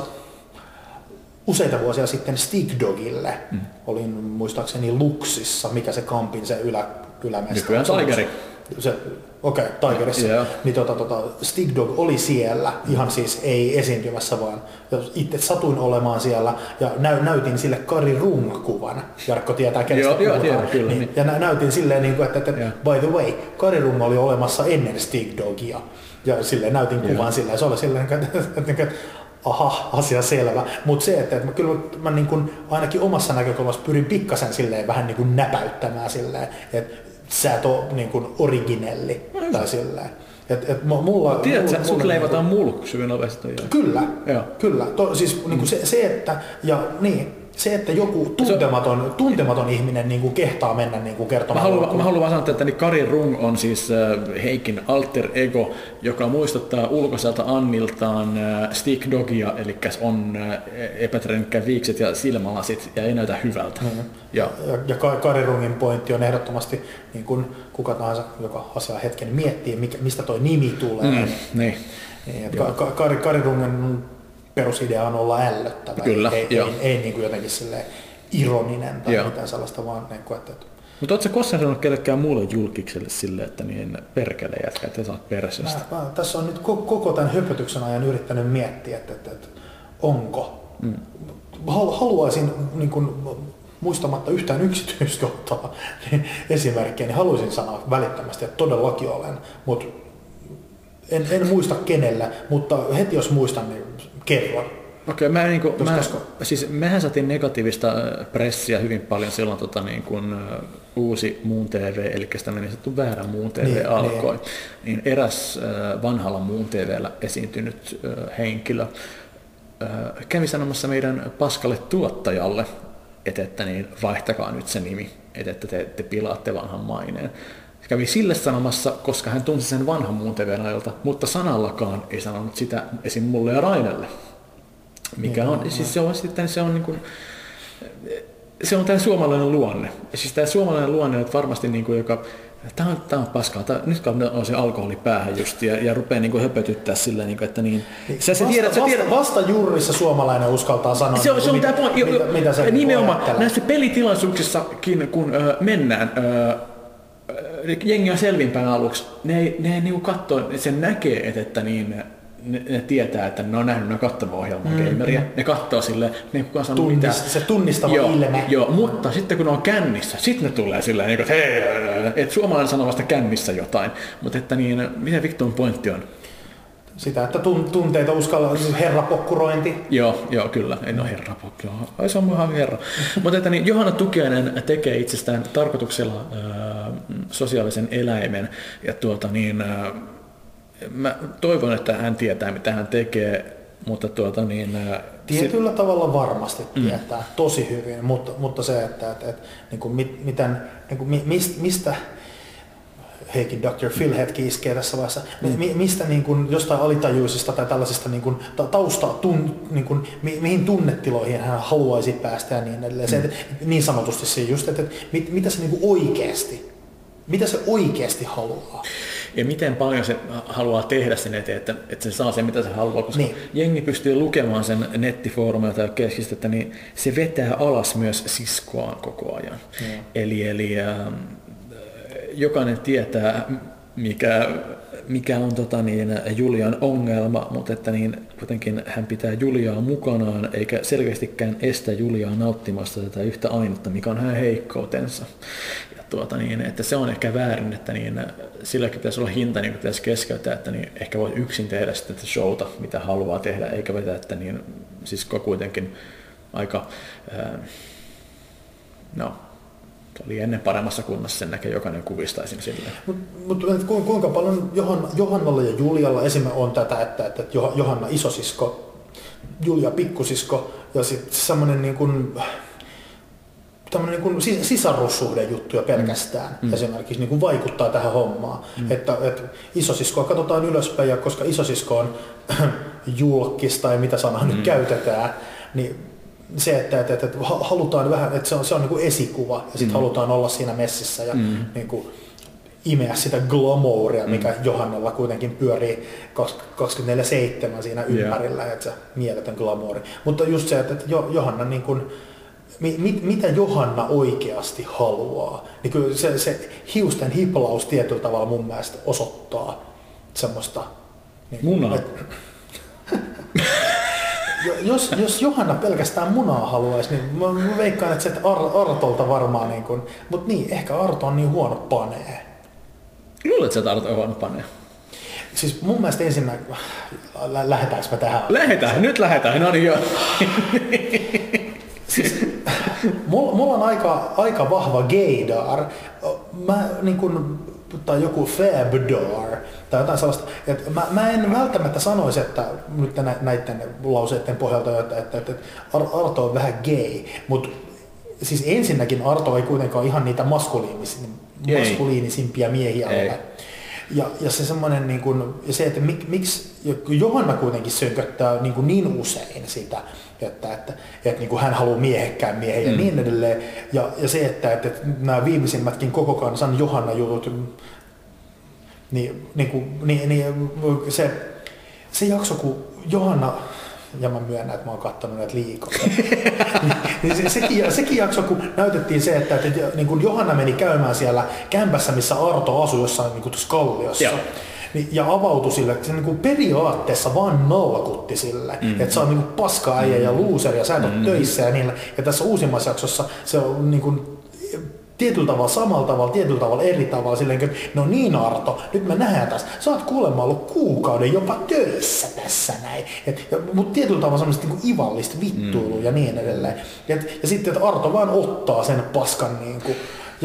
useita vuosia sitten Stick Dogille. Olin muistaakseni Luxissa, mikä se Kampin se ylämestari. Nykyään Tigeri. Okei, Tigerissa. Yeah. Niin Stick Dog oli siellä, ihan siis ei esiintymässä, vaan itse satuin olemaan siellä ja näytin sille Kari Rung-kuvan. Jarkko tietää, kenestä puhutaan. Kyllä. Niin, ja näytin silleen, että by the way, Kari Rung oli olemassa ennen Stick Dogia. Ja silleen näytin kuvan silleen, se oli silleen, että aha, asia selvä. Mutta se, että mä niin kun ainakin omassa näkökulmassa pyrin pikkasen silleen vähän niin kuin näpäyttämään silleen, että sä et ole niin kuin originelli tai silleen. Tiedätkö, sut leivotaan mulkku hyvin nopeasti. Kyllä. Siis niin kuin se, että... Ja, niin. Se, että joku tuntematon ihminen niin kuin kehtaa mennä niin kuin kertomaan. Mä haluan vaan sanoa, että Kari Rung on siis Heikin alter ego, joka muistuttaa ulkoiselta Anniltaan Stick Dogia, eli on epätrenkkä viikset ja silmälasit ja ei näytä hyvältä. Ja Kari Rungin pointti on ehdottomasti, niin kuin kuka tahansa, joka asiaa hetken miettii, mistä toi nimi tulee. Niin. Kari Rungin perusidea on olla ällöttävä, kyllä, ei niin kuin jotenkin ironinen tai mitään sellaista, vaan niin kuin, että... Mutta ootko koskaan sanonut kellekään muulle julkikselle silleen, että niin perkele jätkä, että sä oot persestä? Mä tässä on nyt koko tämän höpötyksen ajan yrittänyt miettiä, että onko. Haluaisin, niin kuin, muistamatta yhtään yksityiskohtaa niin esimerkkiä, niin haluaisin sanoa välittömästi, että todellakin olen, mutta en muista kenellä, mutta heti jos muistan, niin kerron. Okei, siis mehän saatiin negatiivista pressiä hyvin paljon silloin uusi Muun TV, eli tämmöinen sanottu väärä Muun TV alkoi. Niin eräs vanhalla Muun TV:llä esiintynyt henkilö kävi sanomassa meidän paskalle tuottajalle, että niin vaihtakaa nyt se nimi, että te pilaatte vanhan maineen. Kävi sille sanomassa, koska hän tunsi sen vanhan Muun TV:n ajalta, mutta sanallakaan ei sanonut sitä esim. Mulle ja Rainelle. Mikä on, siis se on tämä suomalainen luonne. Siis tämä suomalainen luonne on varmasti niin kuin, joka, tämä on paskaa, nyt on se alkoholi päähän just ja rupeaa niin kuin höpötyttää sillä, niin kuin, että niin. Vasta juurissa suomalainen uskaltaa sanoa, se on tämä pointti, mitä se nimenomaan näissä pelitilaisuuksissakin, kun mennään, jengi on selvinpäin aluksi, ne niin katsoo, sen näkee, että niin, ne tietää, että ne on nähnyt, ne on katsonut ohjelmaa gameria, ne katsoo silleen, ne ei kukaan sanonut mitään. Se tunnistava ilme. Joo, mutta sitten kun ne on kännissä, sitten ne tulee silleen, että hei, että suomalainen sanoo vasta kännissä jotain, mutta että niin, miten Victorin pointti on? Sitä, että tunteita uskalla, herrapokkurointi. Joo, kyllä, en ole herrapokku, se on ihan herra. Mutta että niin, Johanna Tukiainen tekee itsestään tarkoituksella sosiaalisen eläimen, ja mä toivon, että hän tietää, mitä hän tekee, mutta Tietyllä tavalla varmasti tietää tosi hyvin, mutta se, että niin kuin miten, niin kuin mistä heikin Dr. Phil hetki iskee tässä vaiheessa, mistä niin kuin jostain alitajuisista tai tällaisista niin kuin niin kuin, mihin tunnetiloihin hän haluaisi päästä ja niin edelleen. Se, niin sanotusti se just, että mitä se niin kuin oikeasti haluaa. Ja miten paljon se haluaa tehdä sen eteen, että se saa sen, mitä se haluaa, koska jengi pystyy lukemaan sen nettifoorumilta ja keskistettä, niin se vetää alas myös siskoaan koko ajan. Eli jokainen tietää, mikä on Julian ongelma, mutta että kuitenkin hän pitää Juliaa mukanaan, eikä selkeästikään estä Juliaa nauttimasta tätä yhtä ainutta, mikä on hänen heikkoutensa. Että se on ehkä väärin, että silläkin pitäisi olla hinta, niin pitäisi keskeyttää, että ehkä voi yksin tehdä sitten showta, mitä haluaa tehdä, eikä vetää, että sisko kuitenkin aika, oli ennen paremmassa kunnossa, sen näkee jokainen kuvistaisin silleen. Mutta kuinka paljon Johannalla ja Julialla esimerkiksi on tätä, että Johanna isosisko, Julia pikkusisko ja sitten semmoinen niin kuin sisarussuhdejuttuja pelkästään esimerkiksi niin kuin vaikuttaa tähän hommaan. Että isosiskoa katsotaan ylöspäin ja koska isosisko on julkis tai mitä sanaa nyt käytetään, niin se, että halutaan vähän, että se on niin kuin esikuva ja sitten halutaan olla siinä messissä ja niin kuin imeä sitä glamouria, mikä Johannalla kuitenkin pyörii 24/7 siinä ympärillä, että se mieletön glamouri. Mutta just se, että Johanna niin kuin mitä Johanna oikeasti haluaa, niin kyllä se hiusten hiplaus tietyllä tavalla mun mielestä osoittaa semmoista. Niin, munaa. Jos Johanna pelkästään munaa haluaisi, niin mä veikkaan, että se Artolta varmaan, niin kuin, mutta niin, ehkä Arto on niin huono panee. Luulet, että Arto on huono panee? Siis mun mielestä ensin, lähdetäänkö mä tähän? Nyt lähdetään, no niin joo. Siis, mulla on aika vahva gaydar, tai joku fabdar tai jotain sellaista. Että mä en välttämättä sanoisi, että nyt näiden lauseiden pohjalta, että Arto on vähän gay, mutta siis ensinnäkin Arto ei kuitenkaan ihan niitä maskuliinisimpia miehiä ole. Ja se semmoinen, niin kuin, ja se, että miksi Johanna kuitenkin sönköttää niin usein sitä, että niin kuin hän haluaa miehekkään miehen ja niin edelleen. Ja se, että nämä viimeisimmätkin koko kansan Johanna-jutut, se jakso, kun Johanna, ja mä myönnän, että mä oon katsonut näitä liikaa, niin sekin jakso, kun näytettiin se, että niin kun Johanna meni käymään siellä kämpässä, missä Arto asui jossain niin tuossa kalliossa, ja avautui sille, että se niin kuin periaatteessa vaan nalkutti sille, että sä oot niin kuin paska äijä ja loser ja sä et ole töissä ja niillä. Ja tässä uusimmassa jaksossa se on niin kuin tietyllä tavalla samalla tavalla, tietyllä tavalla eri tavalla, silleen, että no niin Arto, nyt me nähdään taas, sä oot kuulemma ollut kuukauden jopa töissä tässä näin. Mutta tietyllä tavalla semmoista niin kuin ivallista vittuilua ja niin edelleen. Ja sitten, että Arto vaan ottaa sen paskan niin kuin,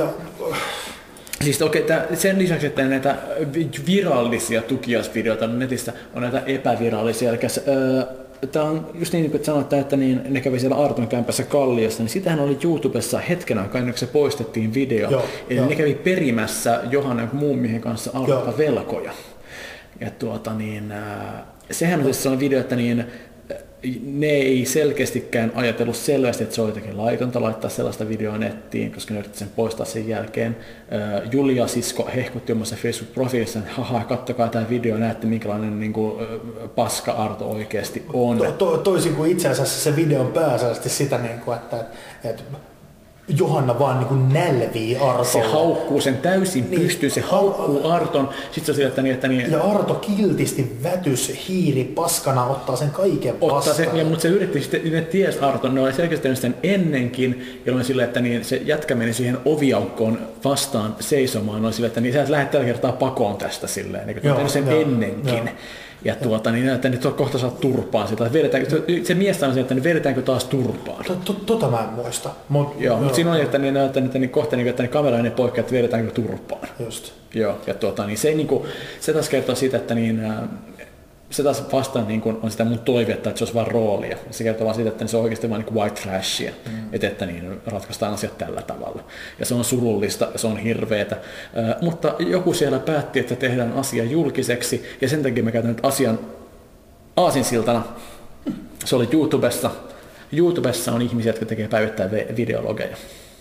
Siis sen lisäksi, että näitä virallisia tukiaisvideoita netissä on näitä epävirallisia, eli tämä on just niin, kuin sanoit, että ne kävi siellä Arton kämpässä Kalliossa, niin sitähän oli YouTubessa hetken aikaa ennen kuin se poistettiin video. Eli ne kävi perimässä Johanna ja muun miehen kanssa Arton velkoja. Ja sehän on siis sellainen video, että ne ei selkeästikään ajatellut selvästi, että se oli jotenkin laitonta laittaa sellaista videoa nettiin, koska ne yritti sen poistaa sen jälkeen. Julia sisko hehkutti omassa Facebook-profiilissa, että haha, kattokaa tämä video, näette minkälainen niin kuin, paska Arto oikeasti on. Toisin kuin itse asiassa se video on pääasiallisesti sitä, niin kuin, että Johanna vaan niin kuin nälvii Artolla. Se haukkuu sen täysin pystyyn, se haukkuu Arton. Sitten se on että ja Arto kiltisti hiiri paskana, ottaa sen kaiken vastaan. Mutta se yritti sitten, ne ties Arton, ne oli selkeästi tehnyt sen ennenkin, jolloin sille, että se jätkä meni siihen oviaukkoon vastaan seisomaan, oli sille, että sä et lähde tällä kertaa pakoon tästä silleen, eikö tehnyt sen ennenkin. Ja että nyt kohta saa turpaan sitä. Se mies sanoi, että vedetäänkö taas turpaan. Mä en muista. Mutta siinä oli, että kohta että kamera ei poikkeaa, että vedetäänkö turpaan. Just. Joo, ja se taas kertoo siitä, että se taas vastaan niin kun on sitä mun toivetta, että se olisi vaan roolia. Se kertoo vaan siitä, että se on oikeasti vaan niin white trashia, että niin ratkaistaan asiat tällä tavalla. Ja se on surullista, se on hirveetä. Mutta joku siellä päätti, että tehdään asia julkiseksi, ja sen takia mä käytän nyt asian aasinsiltana. Se oli YouTubessa. YouTubessa on ihmisiä, jotka tekee päivittäin videologeja.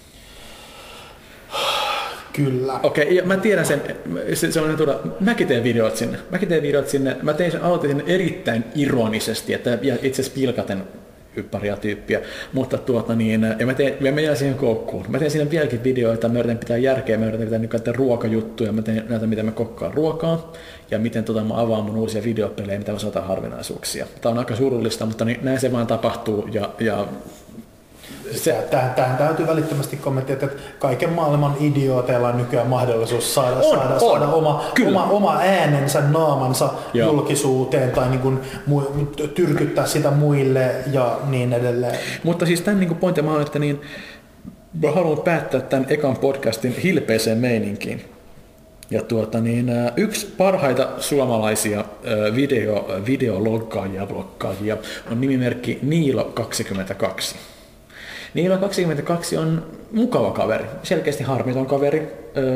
Kyllä. Okei, ja mä tiedän sen, se on mäkin teen videot sinne. Mä aloitin sen erittäin ironisesti, ja itse asiassa pilkaten paria tyyppiä, mutta ja mä jään siihen koukkuun. Mä teen siinä vieläkin videoita, mä yritän pitää järkeä, mä yritän pitää ruokajuttuja, mä teen näitä, miten mä kokkaan ruokaa, ja miten mä avaan mun uusia videopelejä, mitä mä saatan harvinaisuuksia. Tää on aika surullista, mutta näin se vaan tapahtuu, ja Tähän täytyy välittömästi kommentoida, että kaiken maailman idiooteilla on nykyään mahdollisuus saada oma äänensä, naamansa julkisuuteen tai niin kuin tyrkyttää sitä muille ja niin edelleen. Mutta siis tämän niin pointti on, että mä haluan päättää tämän ekan podcastin hilpeiseen meininkiin. Ja yksi parhaita suomalaisia videologgaajia on nimimerkki Niilo22. Niilo22 on mukava kaveri, selkeästi harmiton kaveri,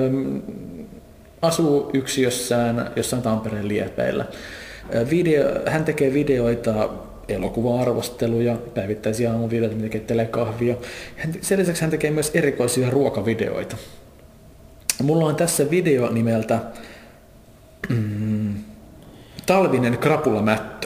asuu yksiössään jossain Tampereen liepeillä. Hän tekee videoita, elokuva-arvosteluja, päivittäisiä aamuvideoita, mitä keittelee kahvia. Sen lisäksi hän tekee myös erikoisia ruokavideoita. Mulla on tässä video nimeltä Talvinen krapulamättö.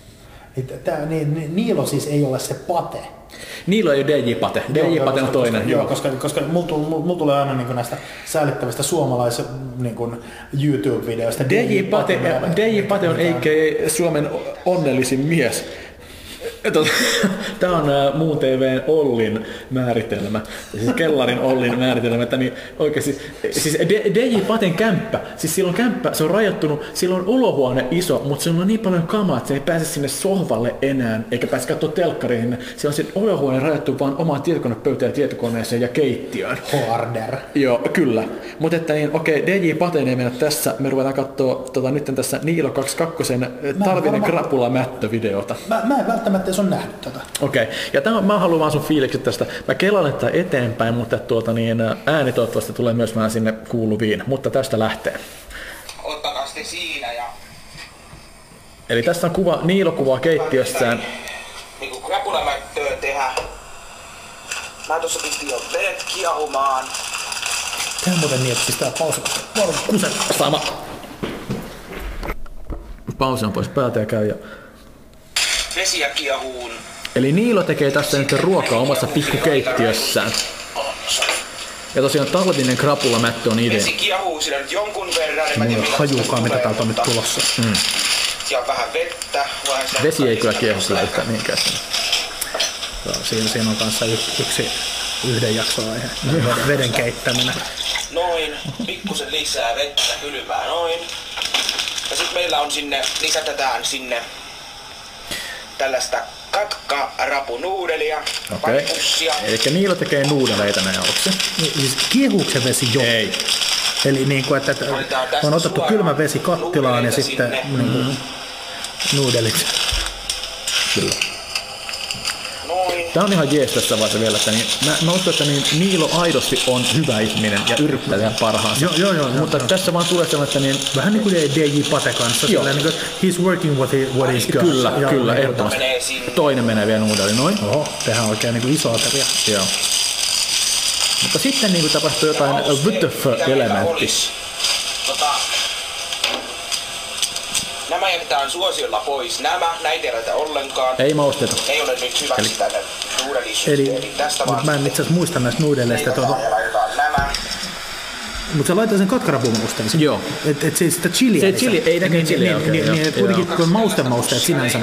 Niilo siis ei ole se Pate. Niilo ei ole DJ Pate. DJ Pate on toinen. Koska mulla tulee aina niin näistä säällittävistä suomalaisista niin YouTube-videoista. DJ Pate on eikä Suomen onnellisin mies. Tämä on Muun TV:n Ollin määritelmä, siis kellarin Ollin määritelmä, että niin oikeasti, siis DJ Paten kämppä, siis silloin kämppä, se on rajoittunut, sillä on olohuone iso, mutta sillä on niin paljon kamaa, että se ei pääse sinne sohvalle enää, eikä pääse katsoa telkkariin, sillä on se olohuone rajattu vaan omaan tietokonepöytään ja tietokoneeseen ja keittiöön. Harder. Joo, kyllä. Mutta että niin, okei, DJ Pateen ei mennä tässä, me ruvetaan katsoa nyt tässä Niilo22 Talvinen krapulamättö-videota. Mä en välttämättä on nähnyt tätä. Okei. Ja mä haluan vaan sun fiilikset tästä. Mä kelaan tätä eteenpäin, mutta ääni toivottavasti tulee myös vähän sinne kuuluviin. Mutta tästä lähtee. Ottakaa sitten siinä ja... Eli tässä on kuva, Niilo kuvaa keittiössään. Niinku krapulamättöä tehdä. Mä tuossa pistin jo vedet kiehumaan. Tehän muuten niin, että pistää pausella. Sama. Pausi on pois päältä ja käy ja... Vesiä kiehuun. Eli Niilo tekee tässä nyt ruokaa omassa pikkukeittiössään. Ja tosiaan talvinen krapulamättö on idea. Vesi kiehuu siinä nyt jonkun verran. Mulla ei hajuukaan, mitä täältä on nyt tulossa. Ja vähän vettä. Vesi ei kyllä kiehu kyllä yhtään niinkään. Siinä on kanssa yhden jakson aihe. Veden keittäminen. Noin. Pikkusen lisää vettä kylmää noin. Ja sit meillä on lisätetään sinne tällaista katkarapunuudelia, panipussia. Elikkä Niilo tekee nuudeleita näin aluksi. Siis kiehuuko se vesi jo? Ei. Eli niin kuin, että on otettu kylmä vesi kattilaan ja sitten nuudelit. Kyllä. Tää on ihan jees tässä vaiheessa vielä, että mä uskon, että Niilo aidosti on hyvä ihminen ja yrittää tehdä parhaansa. Joo. Mutta tässä vaan tulee sellainen, että vähän niin kuin DJ Pate kanssa, niin kuin he's working what he's got. Kyllä, ehdottomasti. Toinen menee vielä nuudeli, noin. Oho, tehdään oikein niin kuin iso ateria. Joo. Mutta sitten niin kuin tapahtuu jotain WTF-elementti. Nämä jätetään suosiolla pois. Näitä ei laita ollenkaan. Ei mausteta. Ei ole nyt hyväksi tänne nuudelisysteemiin. Mä en itse asiassa muista näistä nuudeleista. Mutta sä laitat sen katkarapumausteen. Joo. Et se sitä chiliä. Se chili, ei näkään chiliä. Niin kuitenkin kun mausteet sinänsä.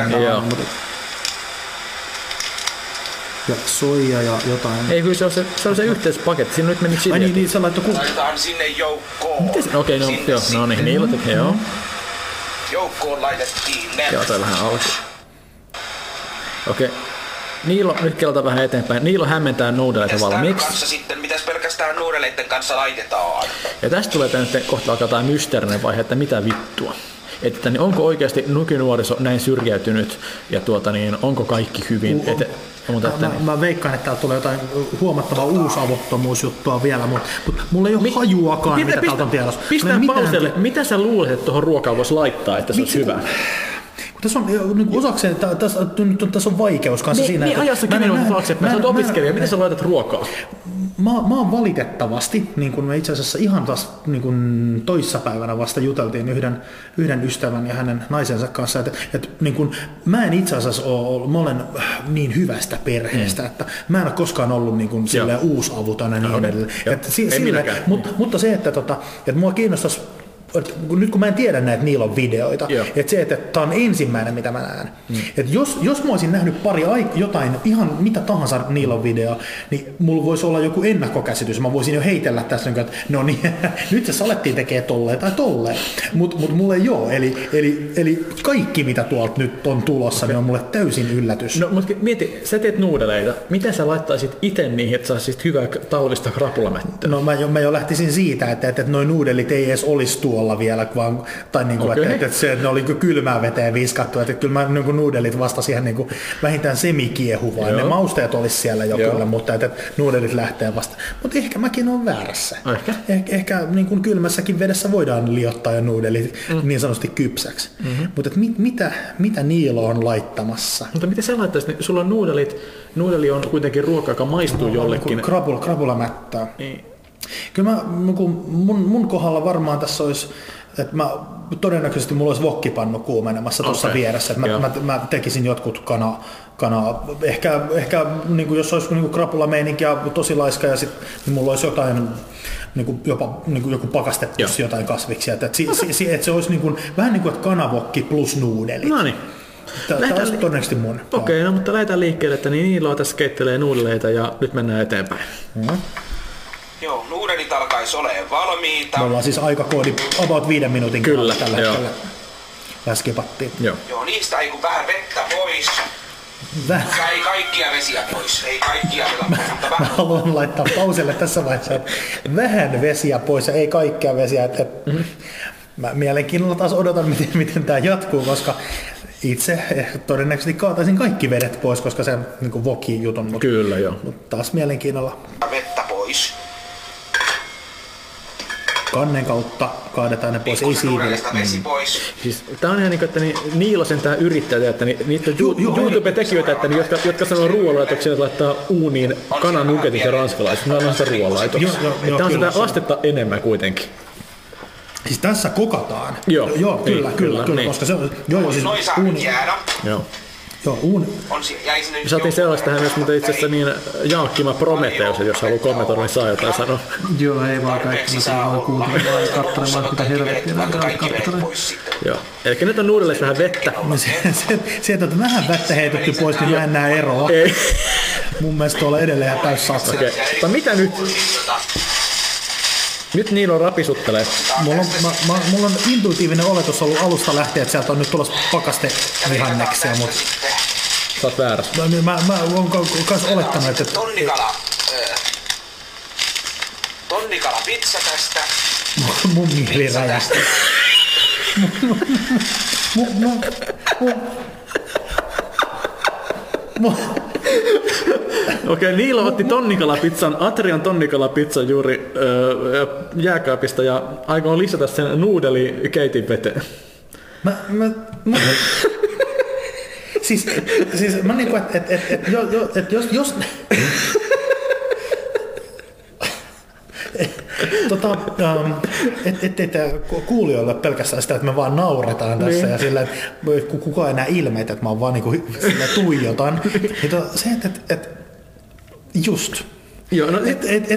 Ja soija ja jotain. Ei, kyllä se on se yhteispaketti. Siinä nyt meni chiliä. Ai niin, sä laittoi laitetaan sinne joukkoon. Okei, no niin, Niilo tekee, joo. Joukkoon laitettiin ne. Joo, toi vähän auki. Okei. Niilo, nyt kelataan vähän eteenpäin. Niilo hämmentää nuudeleita valmiiksi. Kanssa sitten, mitäs pelkästään nuudeleiden kanssa laitetaan? Ja tästä tulee tänne kohta alkaa jotain mysteerinen vaihe, että mitä vittua. että niin onko oikeasti nykynuoriso näin syrjäytynyt ja niin, onko kaikki hyvin? Mä veikkaan, että täältä tulee jotain huomattavaa uusavuttomuusjuttua vielä, mutta mulla ei ole hajuakaan, mitä täältä on tiedossa. Pistää pauselle, mitä sä luulet, että tuohon ruokaan voisi laittaa, että se olisi hyvä? Tässä on niin osakseen, tässä on vaikeus kanssa siinä. Niin ajassa 10 vuotta taaksepäin, sä oot opiskelija, miten sä laitat ruokaa? Mä oon valitettavasti, niin kuin me itse asiassa ihan taas niin kuin toissapäivänä vasta juteltiin yhden ystävän ja hänen naisensa kanssa, että niin kuin, mä en itse asiassa mä olen niin hyvästä perheestä, että mä en ole koskaan ollut niin kuin silleen uusavuton ja niin edelleen. Mutta se, että mua kiinnostaisi, nyt kun mä en tiedä näitä Niilon videoita, että se, että tää on ensimmäinen, mitä mä näen. Että jos mä olisin nähnyt jotain, ihan mitä tahansa Niilon videoa, niin mulla voisi olla joku ennakkokäsitys. Mä voisin jo heitellä tässä, että no niin, nyt se alettiin tekee tolleen tai tolleen. Mut mulla ei ole. Eli kaikki, mitä tuolta nyt on tulossa, niin on mulle täysin yllätys. No, mutta mieti, sä teet nuudeleita. Miten sä laittaisit itse niihin, että saisit hyvää talvista krapulamättöä? No mä jo lähtisin siitä, että noi nuudelit ei edes olisi tuolla vielä, vaan, tai niin kuin, että ne oli kylmää veteen viskattu, että kyllä mä niin nuudelit vasta siihen niin kuin vähintään semikiehuvaan. Ne mausteet olisi siellä jo kyllä, mutta että nuudelit lähtee vasta. Mutta ehkä mäkin olen väärässä. Ehkä niin kuin kylmässäkin vedessä voidaan liottaa jo nuudelit niin sanotusti kypsäksi. Mutta mitä Niilo on laittamassa? Mutta miten sä laittaisit? Sulla on nuudeli on kuitenkin ruoka, joka maistuu jollekin. Krapulamättää. Niin. Kyllä mun kohdalla varmaan tässä olisi, että todennäköisesti mulla olisi wokkipannu kuumenemassa tuossa vieressä, että mä tekisin jotkut ehkä niin kuin jos olisi niin kuin krapulameininki ja tosi laiska ja sit, niin mulla olisi jotain jopa joku pakastepussi jotain kasviksia, että se olisi niin kuin, vähän niin kuin kanavokki plus nuudelit. No niin. Tämä olisi todennäköisesti mun. Okei, no mutta lähdetään liikkeelle, että Niilo tässä keittelee nuudeleita ja nyt mennään eteenpäin. Joo, nuudelit alkaisi olemaan valmiita. Me ollaan siis aikakoodi about 5 minuutin kyllä, tällä hetkellä. Läskipattiin. Joo, niistä ei kun vähän vettä pois. Ei kaikkia vesiä pois. Ei kaikkia pois, mutta vähän. Mä haluan laittaa pauselle tässä vaiheessa, että vähän vesiä pois ja ei kaikkia vesiä. Mä mielenkiinnolla taas odotan, miten tämä jatkuu, koska itse todennäköisesti kaataisin kaikki vedet pois, koska se niin woki-jutun. Kyllä, joo. Mutta taas mielenkiinnolla. Vettä pois. Kannen kautta kaadetaan ne pois, ei siivillä. Siis, tää on ihan niin kuin, että Niilo sentään yrittää, että niitä YouTube-tekijöitä, että jotka sanoo ruoanlaitoksia, että laittaa uuniin kananuketit ja ranskalaiset, ne on sitä ruoanlaitoksia. Tää on sitä astetta enemmän kuitenkin. Siis tässä kokataan. Joo, kyllä, niin. Koska se on siis uuni. Joo, uuni. Saatiin sellaista tähän myös, mutta itse asiassa niin Jaakkima Prometheus, jos haluaa kommentoida, niin saa jotain sanoa. Joo, ei vaan kaikki, mitä vaan kuuntelemaan ja katselemaan, mitä helvettiä katselemaan. Joo, eli nyt on nuudeleissa vähän vettä. Sieltä on vähän vettä heitetty pois, niin mä en näe eroa. Ei. Mun mielestä tuolla edelleen ihan täys satsi. Okei, mutta mitä nyt? Nyt Niilo rapisuttelee. Mulla on intuitiivinen oletus ollut alusta lähtien, että sieltä on nyt tulossa pakastevihanneksia, mutta sä oot väärässä. Mä oon kans olettanut, että Tonnikala pizza tästä. Mun mieli räjähti. Okei, Niilo otti Atrian tonnikalapizzan juuri jääkaapista ja aikoo lisätä sen nuudelikeitin veteen. Siis mä niinku, että jos ettei kuulijoille pelkästään sitä, että me vaan nauretaan tässä ja sillä, että kukaan ei näe ilmeitä, että mä vaan niinku tuijotan. Se, että just. Joo, no,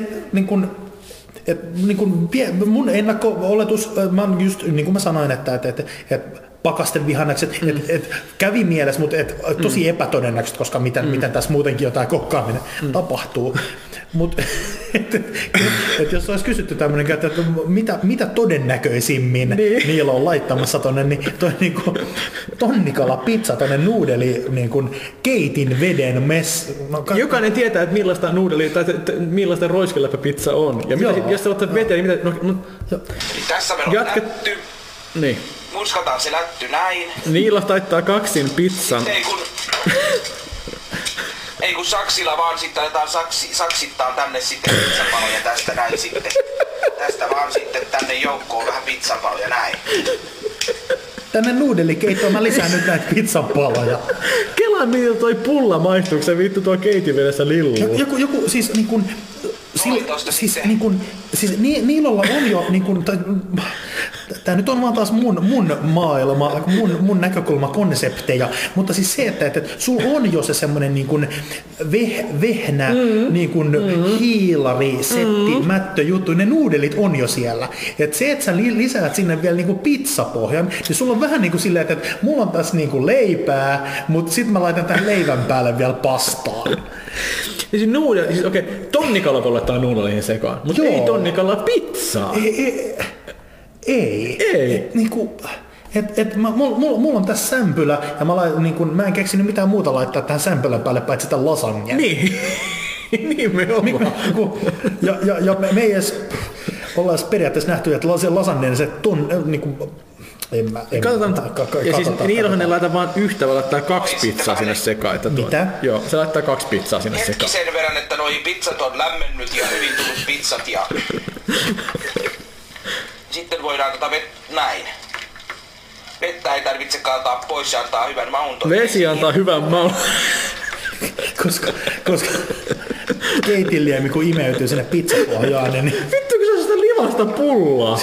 mun ennakko-oletus, mä just niin kuin mä sanoin, että pakastevihannekset, kävi mielessä, mutta tosi epätodennäköistä, koska miten tässä muutenkin jotain kokkaaminen tapahtuu. Mutta jos olisi kysytty tämmöinen, että mitä todennäköisimmin Niilo on laittamassa tonne, niin toi niinku tonnikala pizza tonne nuudeli niinku keitin veden Jokainen tietää, että millaista nuudeli tai millaista roiskiläppäpizza on. Ja mitä, jos sä otat veteen, niin mitä... Tässä meillä on nätty. Niin. Murskataan se lätty näin. Niillä taittaa kaksin pizzan. Ei kun saksilla vaan sitten aletaan saksittaa tänne sitten pizzapaloja tästä näin sitten. Tästä vaan sitten tänne joukkoon vähän pizzapaloja näin. Tänne nuudelikeittoon mä lisään nyt näitä pizzapaloja. Kela miltä toi pulla maistuuko se vittu tuo keitinvedessä lilluu. Joku siis niin kuin... Niilolla on jo, niin kuin, tämä nyt on vaan taas mun maailma, mun näkökulmakonsepteja, mutta siis se, että sulla on jo se semmoinen niin kuin vehnä, niin kuin hiilari, setti, mättöjuttu, ne nuudelit on jo siellä. Et se, että sä lisäät sinne vielä niin kuin pizzapohjan, niin sulla on vähän niin kuin silleen, että mulla on tässä niin kuin leipää, mutta sitten mä laitan tämän leivän päälle vielä pastaa. Siis okei, tonnikala voi laittaa nuudeleihin sekaan, mutta ei tonnikala pizzaa. Ei. Mulla on tässä sämpylä ja mä en keksinyt mitään muuta laittaa tähän sämpylän päälle paitsi sitä lasagnea. Niin. Nimenomaan. Ja me ei edes ollaan periaatteessa nähty, että lasagneen se Niilohan ne laittaa vaan yhtä, vaan laittaa 2 pizzaa sinne sekaan. Mitä? Joo, se laittaa 2 pizzaa sinne sekaan. Sen verran, että noi pizzat on lämmennyt ja hyvin tullut pizzat ja... Sitten voidaan näin. Vettä ei tarvitse kaataa pois, se antaa hyvän maun. Vesi antaa hyvän maun. koska keitinliemi kun imeytyy sinne pizzapohjaan, niin... Vittu, kun se on sitä livasta pullaa.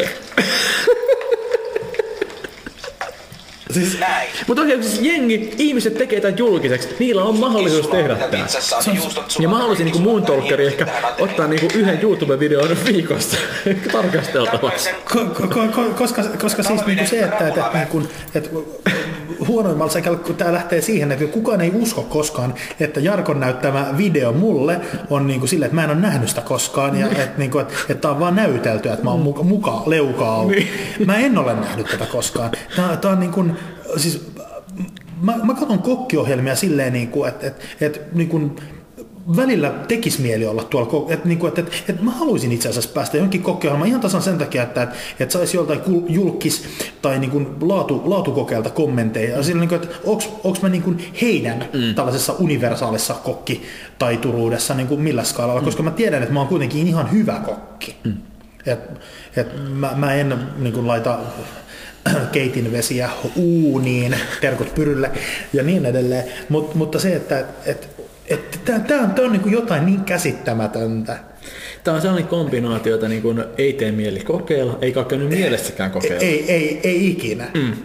Siis, mutta oikein siis ihmiset tekee tämän julkiseksi, niillä on mahdollisuus tehdä tämä. Ja mä haluaisin niin muun tolkkari ehkä ottaa niin yhden YouTube-videon viikosta tarkasteltavaksi. Koska siis niin se, että huonoimmalla sekä kun tämä lähtee siihen, että kukaan ei usko koskaan, että Jarkon näyttämä video mulle on niin kuin silleen, että mä en ole nähnyt sitä koskaan ja että tämä on vaan näytelty, että mä oon mukaan leukaa. Mä en ole nähnyt tätä koskaan. Tämä on niin kuin, siis mä katson kokkiohjelmia silleen, että välillä tekisi mieli olla tuolla, että mä haluaisin itse asiassa päästä johonkin kokkiohjelmaan ihan tasan sen takia, että saisi joltain julkis tai niin kuin laatukokeilta kommentteja. Ja sillä, että onko mä niin kuin heidän tällaisessa universaalissa kokkitaituruudessa niin kuin millä skaalalla, koska mä tiedän, että mä oon kuitenkin ihan hyvä kokki. Mä en niin kuin laita keitinvesiä uuniin, terkut pyrylle ja niin edelleen, mutta se, että tämä on niin kuin jotain niin käsittämätöntä. Tämä on sellainen kombinaatio, jota niin kuin ei tee mieli kokeilla, eikä ole käynyt mielessäkään kokeilla. Ei ikinä.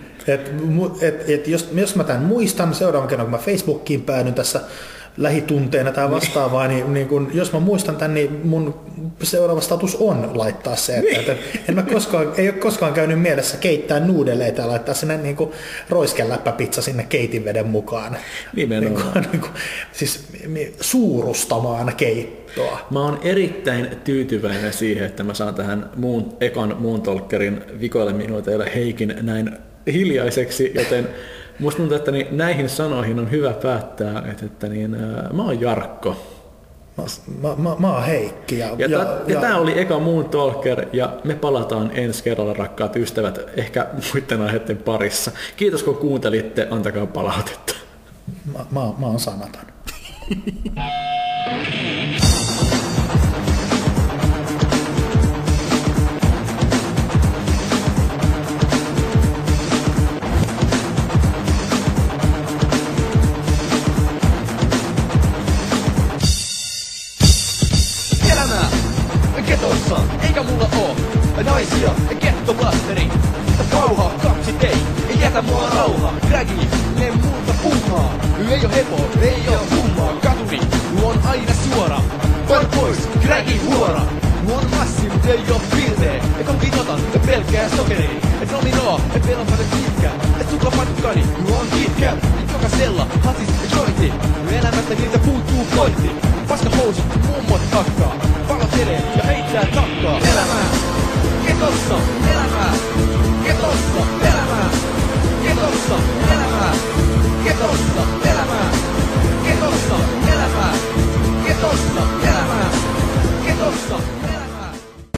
Jos mä tämän muistan seuraavan kerran, kun mä Facebookiin päädyn tässä lähitunteena tai vastaavaa, niin kun, jos mä muistan tämän, niin mun seuraava status on laittaa se, että ei ole koskaan käynyt mielessä keittää nuudeleita ja laittaa sinne niin roiskeläppäpizza sinne keitinveden mukaan. Nimenomaan. Siis suurustamaan keittoa. Mä oon erittäin tyytyväinen siihen, että mä saan tähän ekan muun tolkkerin vikoille minuuteille Heikin näin hiljaiseksi, joten musta tuntuu, että näihin sanoihin on hyvä päättää, että mä oon Jarkko. Mä oon Heikki. Ja tää oli eka muun talker, ja me palataan ensi kerralla, rakkaat ystävät, ehkä muiden aiheiden parissa. Kiitos kun kuuntelitte, antakaa palautetta. Mä oon sanaton. Ketossa, eikä mulla oo naisia, gettobasteri. Kauha, kaksi ei jätä mua rauhaa. Dragi, ne muuta puhaa. Ei oo hepo, ei oo kummaa. Katuri, on aina suora. Pari pois, Dragi huora. On massi, mut ei oo piltee. Ja konkin otan, ja pelkää sokerii. Et nominoo, et pelon paljon pitkä. Et suklapatkani, on pitkä. Jokasella, hasis ja jointi. Elämästä niitä puuttuu pointti. Paska housut, mummot hakkaa. Palotelee ja heittää takkaa. Elämää, ketossa, elämää. Ketossa, elämää. Ketossa, elämää. Ketossa, elämää. Ketossa, elämää. Ketossa, elämää. Ketossa, elämää.